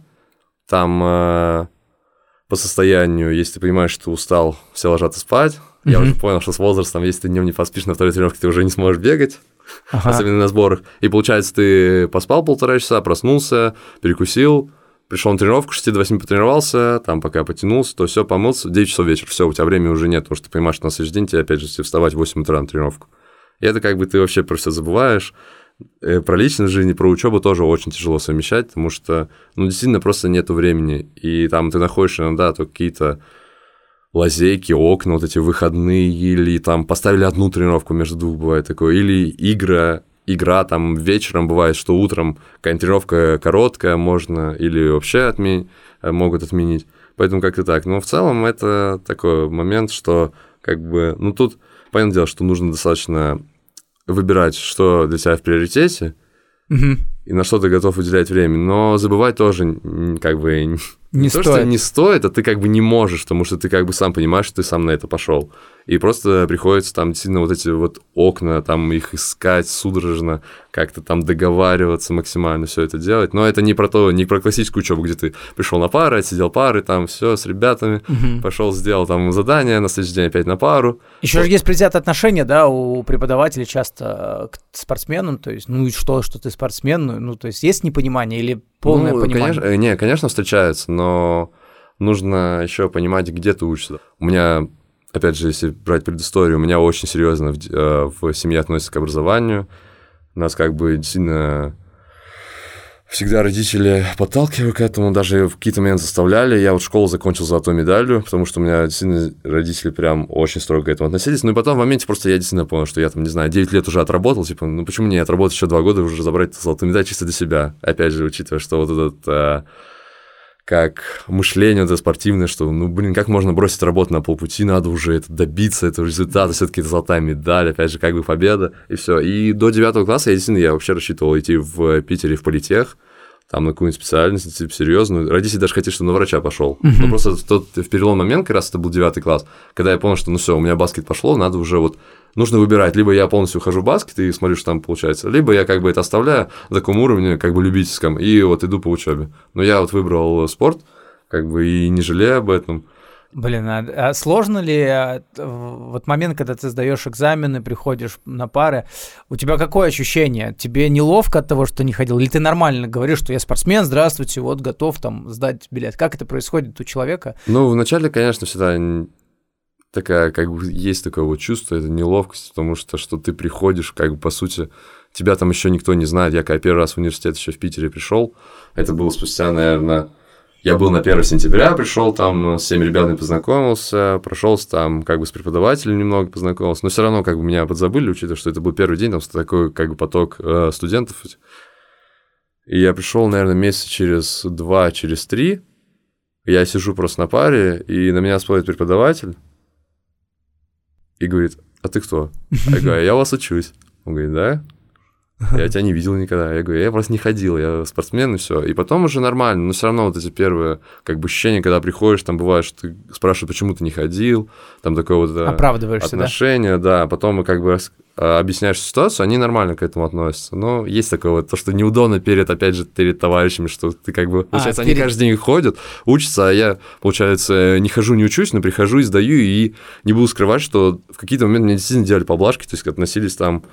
там по состоянию, если ты понимаешь, что ты устал, все ложатся спать. Я уже понял, что с возрастом, если ты днем не поспишь на второй тренировке, ты уже не сможешь бегать, особенно на сборах. И получается, ты поспал 1,5 часа, проснулся, перекусил, пришел на тренировку, 6 до 8 потренировался, там пока потянулся, то все, помылся, 9 часов вечера, все, у тебя времени уже нет, потому что ты понимаешь, что на следующий день тебе опять же вставать в 8 утра на тренировку. И это как бы ты вообще про все забываешь. Про личную жизнь и про учебу тоже очень тяжело совмещать, потому что, ну, действительно, просто нету времени. И там ты находишь иногда то какие-то лазейки, окна, вот эти выходные, или там поставили одну тренировку между двух, бывает такое, или игра там вечером бывает, что утром какая-нибудь тренировка короткая можно, или вообще могут отменить. Поэтому как-то так. Но в целом это такой момент, что как бы, ну, тут понятное дело, что нужно достаточно выбирать, что для тебя в приоритете, и на что ты готов уделять время, но забывать тоже как бы не то, что не стоит, а ты как бы не можешь, потому что ты как бы сам понимаешь, что ты сам на это пошел. И просто приходится там действительно вот эти вот окна, там их искать судорожно, как-то там договариваться максимально, все это делать. Но это не про классическую учебу, где ты пришел на пары, отсидел пары, там все с ребятами, пошел, сделал там задание, на следующий день опять на пару. Еще же есть предвзятое отношение, да, у преподавателей часто к спортсменам, то есть, ну и что ты спортсмен, ну то есть есть непонимание или полное понимание? Конечно, встречаются, но нужно еще понимать, где ты учишься. У меня, опять же, если брать предысторию, у меня очень серьезно в семье относятся к образованию. Нас как бы действительно всегда родители подталкивали к этому, даже в какие-то моменты заставляли. Я вот школу закончил золотой медалью, потому что у меня действительно родители прям очень строго к этому относились. Ну и потом в моменте просто я действительно понял, что я там, не знаю, 9 лет уже отработал, типа, ну почему не отработать еще 2 года и уже забрать золотую медаль чисто для себя? Опять же, учитывая, что вот этот... как мышление это спортивное, что, ну, блин, как можно бросить работу на полпути, надо уже это добиться этого результата, все-таки это золотая медаль, опять же, как бы победа, и все. И до 9 класса я вообще рассчитывал идти в Питере в политех, там на какую-нибудь специальность, типа, серьезную. Родители даже хотели, чтобы на врача пошел. Но просто в переломный момент, как раз это был 9 класс, когда я понял, что, ну все, у меня баскет пошло, надо уже вот нужно выбирать, либо я полностью ухожу в баскет и смотрю, что там получается, либо я как бы это оставляю на таком уровне, как бы любительском, и вот иду по учебе. Но я вот выбрал спорт, как бы и не жалею об этом. Блин, а сложно ли вот момент, когда ты сдаешь экзамены, приходишь на пары, у тебя какое ощущение? Тебе неловко от того, что не ходил? Или ты нормально говоришь, что я спортсмен, здравствуйте, вот готов там сдать билет? Как это происходит у человека? Ну, вначале, конечно, всегда такая, как бы, есть такое вот чувство, это неловкость, потому что ты приходишь, как бы, по сути, тебя там еще никто не знает. Я когда первый раз в университет еще в Питере пришел, это было спустя, наверное... Я был на 1 сентября, пришел там, с всеми ребятами познакомился, прошелся там, как бы с преподавателем немного познакомился, но все равно как бы меня подзабыли, учитывая, что это был первый день, там такой как бы поток студентов. И я пришел, наверное, месяца через 2, через 3, я сижу просто на паре, и на меня смотрит преподаватель и говорит: а ты кто? Я говорю: я у вас учусь. Он говорит: да? Я тебя не видел никогда. Я говорю: я просто не ходил, я спортсмен, и все. И потом уже нормально, но все равно вот эти первые как бы ощущения, когда приходишь, там бывает, что ты спрашиваешь, почему ты не ходил, там такое вот отношение, да, потом мы как бы объясняешь ситуацию, они нормально к этому относятся. Но есть такое вот, то, что неудобно перед товарищами, что ты как бы, получается, они каждый день ходят, учатся, а я, получается, не хожу, не учусь, но прихожу и сдаю, и не буду скрывать, что в какие-то моменты мне действительно делали поблажки, то есть относились там,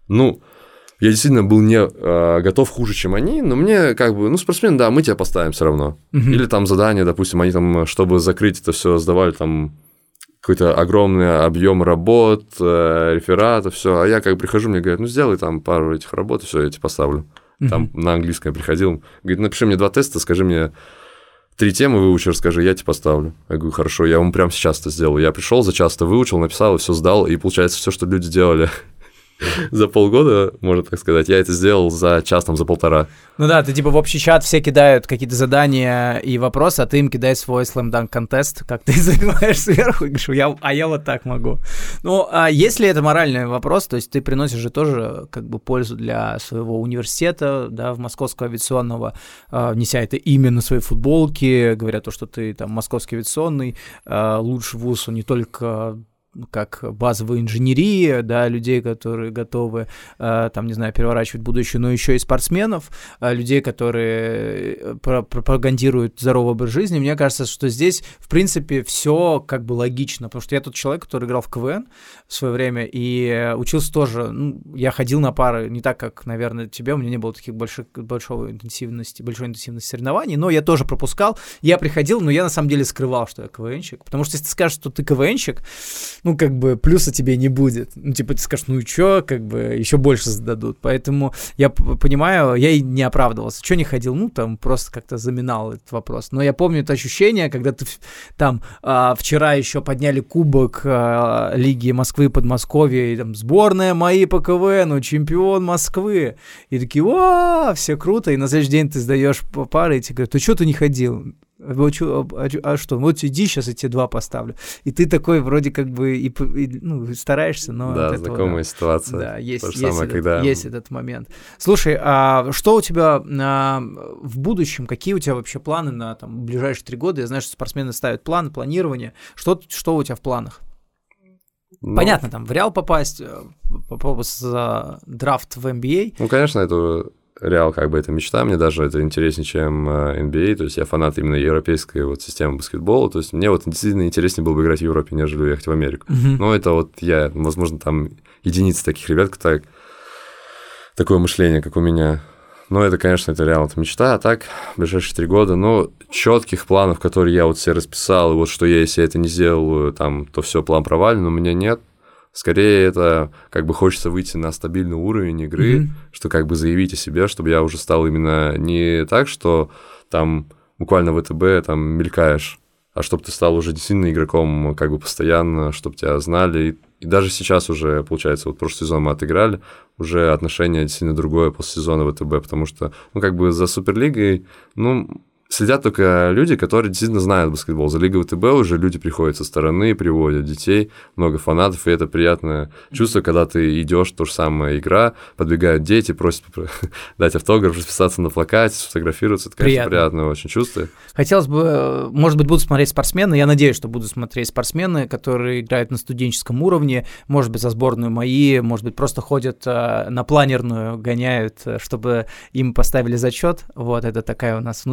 я действительно был не готов хуже, чем они, но мне как бы, спортсмен, да, мы тебя поставим все равно. Или там задание, допустим, они там, чтобы закрыть это все, сдавали там какой-то огромный объем работ, рефератов, все. А я как бы прихожу, мне говорят: сделай там пару этих работ, и все, я тебе поставлю. Там на английском я приходил. Говорит: напиши мне 2 теста, скажи мне 3 темы выучи, расскажи, я тебе поставлю. Я говорю: хорошо, я вам прямо сейчас это сделаю. Я пришел, за час это выучил, написал, и все сдал, и получается, все, что люди делали за полгода, можно так сказать, я это сделал за час, там, за 1,5. Ну да, ты типа в общий чат все кидают какие-то задания и вопросы, а ты им кидаешь свой Slam Dunk контест, как ты забиваешь сверху и говоришь: я вот так могу. Ну, а если это моральный вопрос, то есть ты приносишь же тоже как бы пользу для своего университета, да, в Московского авиационного, неся это имя на своей футболке, говоря то, что ты там Московский авиационный, лучший вуз, он не только как базовая инженерия, да, людей, которые готовы, там, не знаю, переворачивать будущее, но еще и спортсменов, людей, которые пропагандируют здоровый образ жизни. Мне кажется, что здесь, в принципе, все как бы логично, потому что я тот человек, который играл в КВН в свое время и учился тоже, я ходил на пары не так, как, наверное, тебе, у меня не было таких большой интенсивности соревнований, но я тоже пропускал, я приходил, но я на самом деле скрывал, что я КВНщик, потому что если ты скажешь, что ты КВНщик, как бы плюса тебе не будет. Типа ты скажешь: и чё, как бы еще больше зададут. Поэтому я понимаю, я и не оправдывался. Чё не ходил? Там просто как-то заминал этот вопрос. Но я помню это ощущение, когда ты там вчера еще подняли кубок Лиги Москвы, Подмосковья, и там сборная мои по КВНу, чемпион Москвы. И такие: о, все круто. И на следующий день ты сдаешь пары, и тебе говорят: ты что ты не ходил? А что? Вот иди, сейчас я тебе 2 поставлю. И ты такой вроде как бы стараешься, но... Да, знакомая ситуация. Да, есть этот момент. Слушай, а что у тебя в будущем, какие у тебя вообще планы на там, ближайшие 3 года? Я знаю, что спортсмены ставят планы, планирование. Что у тебя в планах? Понятно, там в Реал попасть, за драфт в NBA. Конечно, это... Реал как бы это мечта, мне даже это интереснее, чем NBA, то есть я фанат именно европейской вот системы баскетбола, то есть мне вот действительно интереснее было бы играть в Европе, нежели уехать в Америку. Но это вот я, возможно, там единицы таких ребят, такое мышление, как у меня. Но это, конечно, это Реал, это мечта, а так, в ближайшие 3 года, четких планов, которые я вот себе расписал, и вот что если я это не сделаю, там, то все, план провален, у меня нет. Скорее, это как бы хочется выйти на стабильный уровень игры, что как бы заявить о себе, чтобы я уже стал именно не так, что там буквально в ВТБ там мелькаешь, а чтобы ты стал уже действительно игроком как бы постоянно, чтобы тебя знали. И даже сейчас уже, получается, вот прошлый сезон мы отыграли, уже отношение действительно другое после сезона ВТБ, потому что, как бы за Суперлигой, следят только люди, которые действительно знают баскетбол. За Лигой ВТБ уже люди приходят со стороны, приводят детей, много фанатов, и это приятное чувство, когда ты идешь, то же самое игра, подбегают дети, просят дать автограф, расписаться на плакате, сфотографироваться. Это, конечно, приятное очень чувство. Хотелось бы, может быть, будут смотреть спортсмены, я надеюсь, что будут смотреть спортсмены, которые играют на студенческом уровне, может быть, за сборную МАИ, может быть, просто ходят на планерную, гоняют, чтобы им поставили зачет. Вот, это такая у нас внутренняя тема.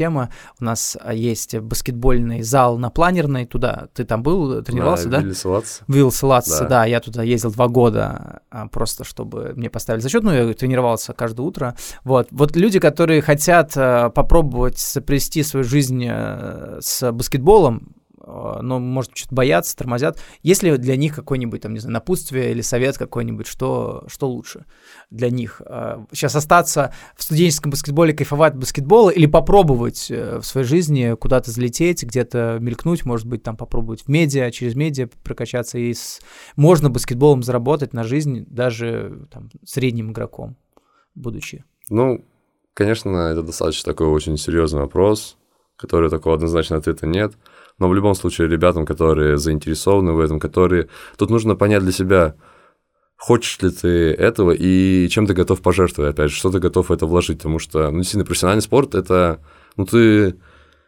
тема. У нас есть баскетбольный зал на Планерной, туда ты там был, тренировался, да? Виллс Латс, да, я туда ездил 2 года, просто чтобы мне поставили зачет, ну, я тренировался каждое утро. Вот люди, которые хотят попробовать сопрясти свою жизнь с баскетболом, но, может, что-то боятся, тормозят. Есть ли для них какое-нибудь, там, не знаю, напутствие или совет какой-нибудь, что лучше для них? Сейчас остаться в студенческом баскетболе, кайфовать от баскетбола или попробовать в своей жизни куда-то залететь, где-то мелькнуть, может быть, там попробовать в медиа, через медиа прокачаться, и можно баскетболом заработать на жизнь даже там, средним игроком, будучи? Ну, конечно, это достаточно такой очень серьезный вопрос, который такого однозначного ответа нет. Но в любом случае ребятам, которые заинтересованы в этом, тут нужно понять для себя, хочешь ли ты этого и чем ты готов пожертвовать, опять же, что ты готов в это вложить, потому что, действительно, профессиональный спорт – это, ты,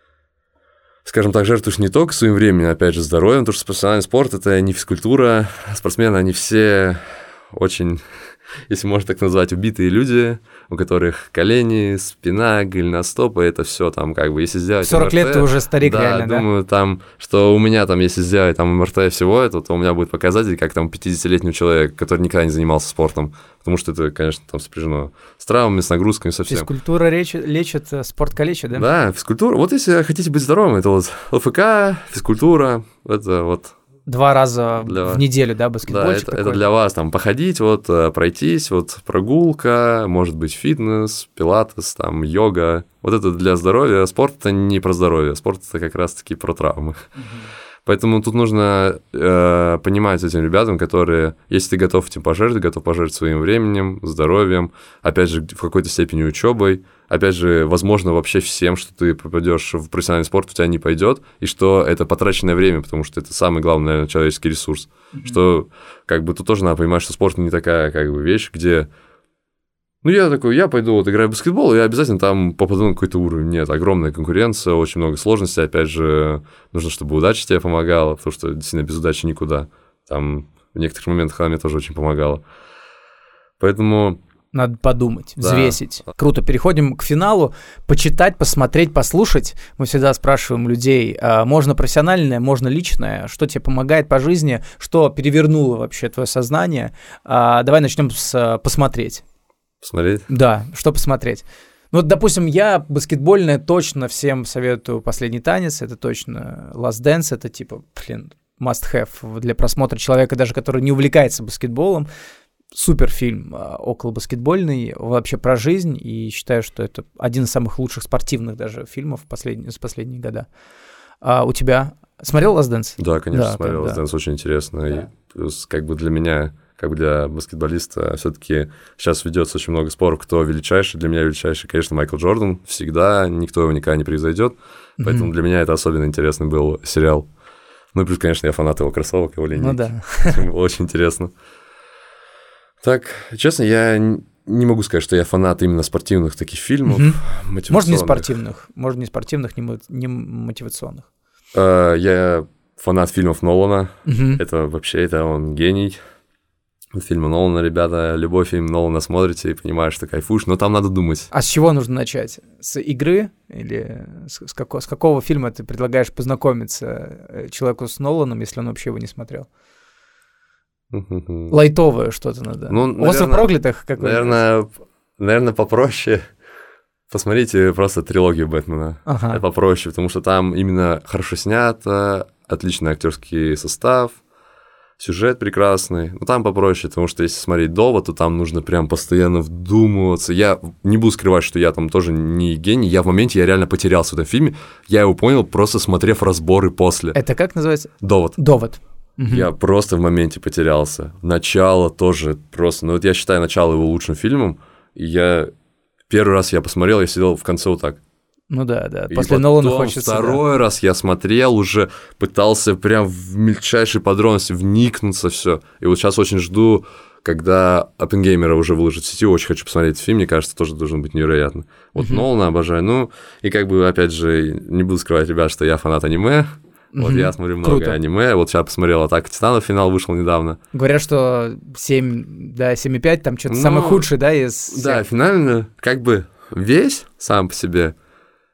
скажем так, жертвуешь не только своим временем, опять же, здоровьем, потому что профессиональный спорт – это не физкультура, спортсмены, они все очень, если можно так назвать, убитые люди, у которых колени, спина, голеностопы, это все там как бы, если сделать 40 МРТ, лет ты уже старик, да, реально, да? Думаю, там, что у меня там, если сделать там МРТ всего этого, то у меня будет показатель, как там 50-летнего человека, который никогда не занимался спортом, потому что это, конечно, там сопряжено с травмами, с нагрузками, совсем. Физкультура лечит, спорт калечит, да? Да, физкультура. Вот если хотите быть здоровым, это вот ЛФК, физкультура, это вот 2 раза в неделю, да, баскетбольчик? Да, это для вас, там, походить, вот, пройтись, вот, прогулка, может быть, фитнес, пилатес, там, йога. Вот это для здоровья. Спорт – это не про здоровье, спорт – это как раз-таки про травмы. Поэтому тут нужно понимать этим ребятам, которые, если ты готов этим пожертвовать, готов пожертвовать своим временем, здоровьем, опять же, в какой-то степени учебой, опять же, возможно, вообще всем, что ты попадешь в профессиональный спорт, у тебя не пойдет, и что это потраченное время, потому что это самый главный, наверное, человеческий ресурс. Что, как бы, тут тоже надо понимать, что спорт не такая, как бы, вещь, где... я пойду вот играю в баскетбол, и я обязательно там попаду на какой-то уровень. Нет, огромная конкуренция, очень много сложностей. Опять же, нужно, чтобы удача тебе помогала, потому что действительно без удачи никуда. Там в некоторых моментах она мне тоже очень помогала. Поэтому... Надо подумать, взвесить. Да. Круто. Переходим к финалу. Почитать, посмотреть, послушать. Мы всегда спрашиваем людей, можно профессиональное, можно личное, что тебе помогает по жизни, что перевернуло вообще твое сознание. Давай начнем с посмотреть. Посмотреть? Да, что посмотреть? Ну, вот, допустим, я баскетбольное точно всем советую «Последний танец», это точно «Last Dance», это типа, must have для просмотра человека, даже который не увлекается баскетболом. Супер фильм околобаскетбольный, вообще про жизнь, и считаю, что это один из самых лучших спортивных даже фильмов с последние года. У тебя? Смотрел «Last Dance»? Да, конечно, смотрел «Last Dance», очень интересно. Да. И плюс, как бы для меня... как бы для баскетболиста, все-таки сейчас ведется очень много споров, кто величайший. Для меня величайший, конечно, Майкл Джордан. Всегда, никто его никогда не превзойдет. Поэтому для меня это особенно интересный был сериал. Ну и плюс, конечно, я фанат его кроссовок, его линейки. Ну да. Это было очень интересно. Так, честно, я не могу сказать, что я фанат именно спортивных таких фильмов. Может, не спортивных, не мотивационных. Я фанат фильмов Нолана. Это вообще, это он гений. Фильмы Нолана, ребята, любой фильм Нолана смотрите и понимаешь, что кайфуешь, но там надо думать. А с чего нужно начать? С игры или с какого фильма ты предлагаешь познакомиться человеку с Ноланом, если он вообще его не смотрел? Лайтовое что-то надо. «Остров проклятых» какой-то? Наверное, попроще. Посмотрите просто трилогию Бэтмена. Это попроще, потому что там именно хорошо снято, отличный актерский состав, сюжет прекрасный. Но там попроще, потому что если смотреть «Довод», то там нужно прям постоянно вдумываться. Я не буду скрывать, что я там тоже не гений. Я реально потерялся в этом фильме. Я его понял, просто смотрев разборы после. Это как называется? «Довод». «Довод». Я просто в моменте потерялся. Начало тоже просто... Ну вот я считаю начало его лучшим фильмом. И первый раз я посмотрел, я сидел в конце вот так. Ну да. После Нолана хочется... Второй раз я смотрел, уже пытался прям в мельчайшей подробности вникнуться все. И вот сейчас очень жду, когда Оппенгеймера уже выложат в сети. Очень хочу посмотреть этот фильм, мне кажется, тоже должен быть невероятно. Вот Нолана обожаю. Ну, и как бы, опять же, не буду скрывать, ребят, что я фанат аниме. Вот я смотрю много аниме. Вот сейчас посмотрел «Атака Титанов», финал вышел недавно. Говорят, что 7,5, там что-то самый худший, да, из... Да, финально как бы весь сам по себе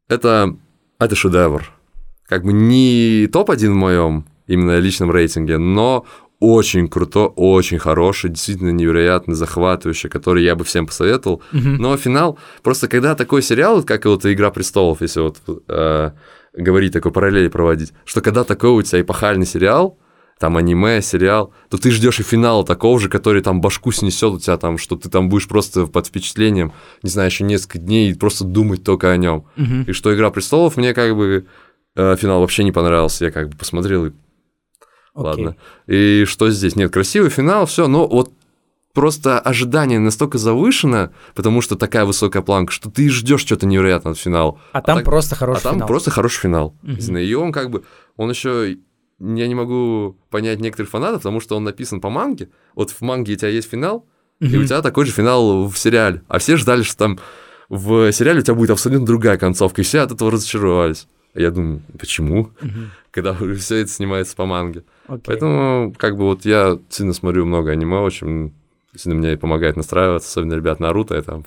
это шедевр. Как бы не топ-1 в моем именно личном рейтинге, но очень крутой, очень хороший, действительно невероятно захватывающий, который я бы всем посоветовал. Но финал, просто когда такой сериал, как вот «Игра престолов», если вот говорить, такой параллели проводить, что когда такой у тебя эпохальный сериал, там аниме, сериал, то ты ждешь и финала такого же, который там башку снесет у тебя там, что ты там будешь просто под впечатлением, не знаю, еще несколько дней и просто думать только о нем. И что «Игра престолов» мне как бы финал вообще не понравился, я как бы посмотрел и ладно. И что здесь? Нет, красивый финал, все, но вот просто ожидание настолько завышено, потому что такая высокая планка, что ты ждешь что-то невероятное от финала. Там просто хороший финал. Там просто хороший финал. И он как бы, он еще, я не могу понять некоторых фанатов, потому что он написан по манге. Вот в манге у тебя есть финал, и у тебя такой же финал в сериале. А все ждали, что там в сериале у тебя будет абсолютно другая концовка, и все от этого разочаровались. Я думаю, почему? Когда все это снимается по манге. Поэтому, как бы, вот я сильно смотрю много аниме, очень сильно мне помогает настраиваться, особенно ребят Наруто, это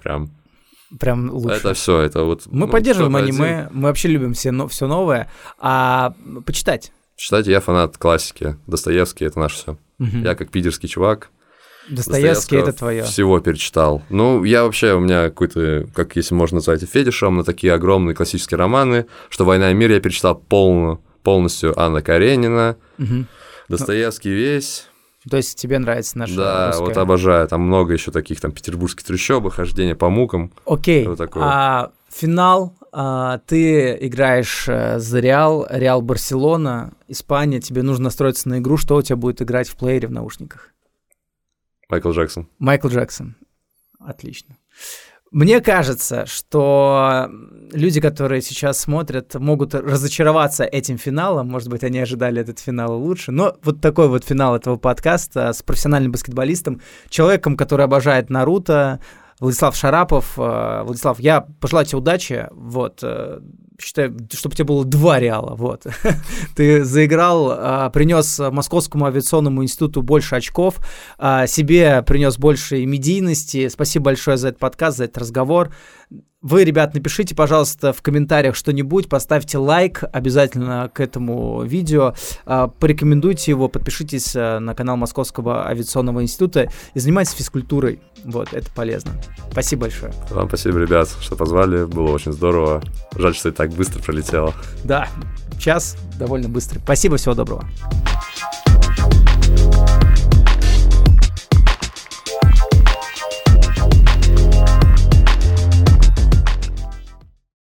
прям лучше. Это все, это вот... Мы поддерживаем аниме, мы вообще любим все новое. А почитать? Читать я фанат классики. Достоевский — это наше все. Я как питерский чувак. Достоевский — это твое. Всего перечитал. Ну, я вообще, у меня какой-то, как если можно назвать, фетишем на такие огромные классические романы, что «Война и мир» я перечитал полностью. Анна Каренина, Достоевский весь. То есть тебе нравится наша Да, русская... вот обожаю. Там много еще таких, там, петербургских трущобы, хождение по мукам. Окей, вот финал, ты играешь за Реал Барселона, Испания, тебе нужно настроиться на игру, что у тебя будет играть в плеере в наушниках? Майкл Джексон. Отлично. Мне кажется, что люди, которые сейчас смотрят, могут разочароваться этим финалом. Может быть, они ожидали этот финал лучше. Но вот такой вот финал этого подкаста с профессиональным баскетболистом, человеком, который обожает Наруто, Владислав Шарапов. Владислав, я пожелаю тебе удачи. Вот. Считаю, чтобы у тебя было 2 Реала. Вот. Ты заиграл, принес Московскому авиационному институту больше очков, себе принес больше медийности. Спасибо большое за этот подкаст, за этот разговор. Вы, ребят, напишите, пожалуйста, в комментариях что-нибудь, поставьте лайк обязательно к этому видео, порекомендуйте его, подпишитесь на канал Московского авиационного института и занимайтесь физкультурой. Вот, это полезно. Спасибо большое. Вам спасибо, ребят, что позвали, было очень здорово. Жаль, что и так быстро пролетело. Да, час довольно быстро. Спасибо, всего доброго.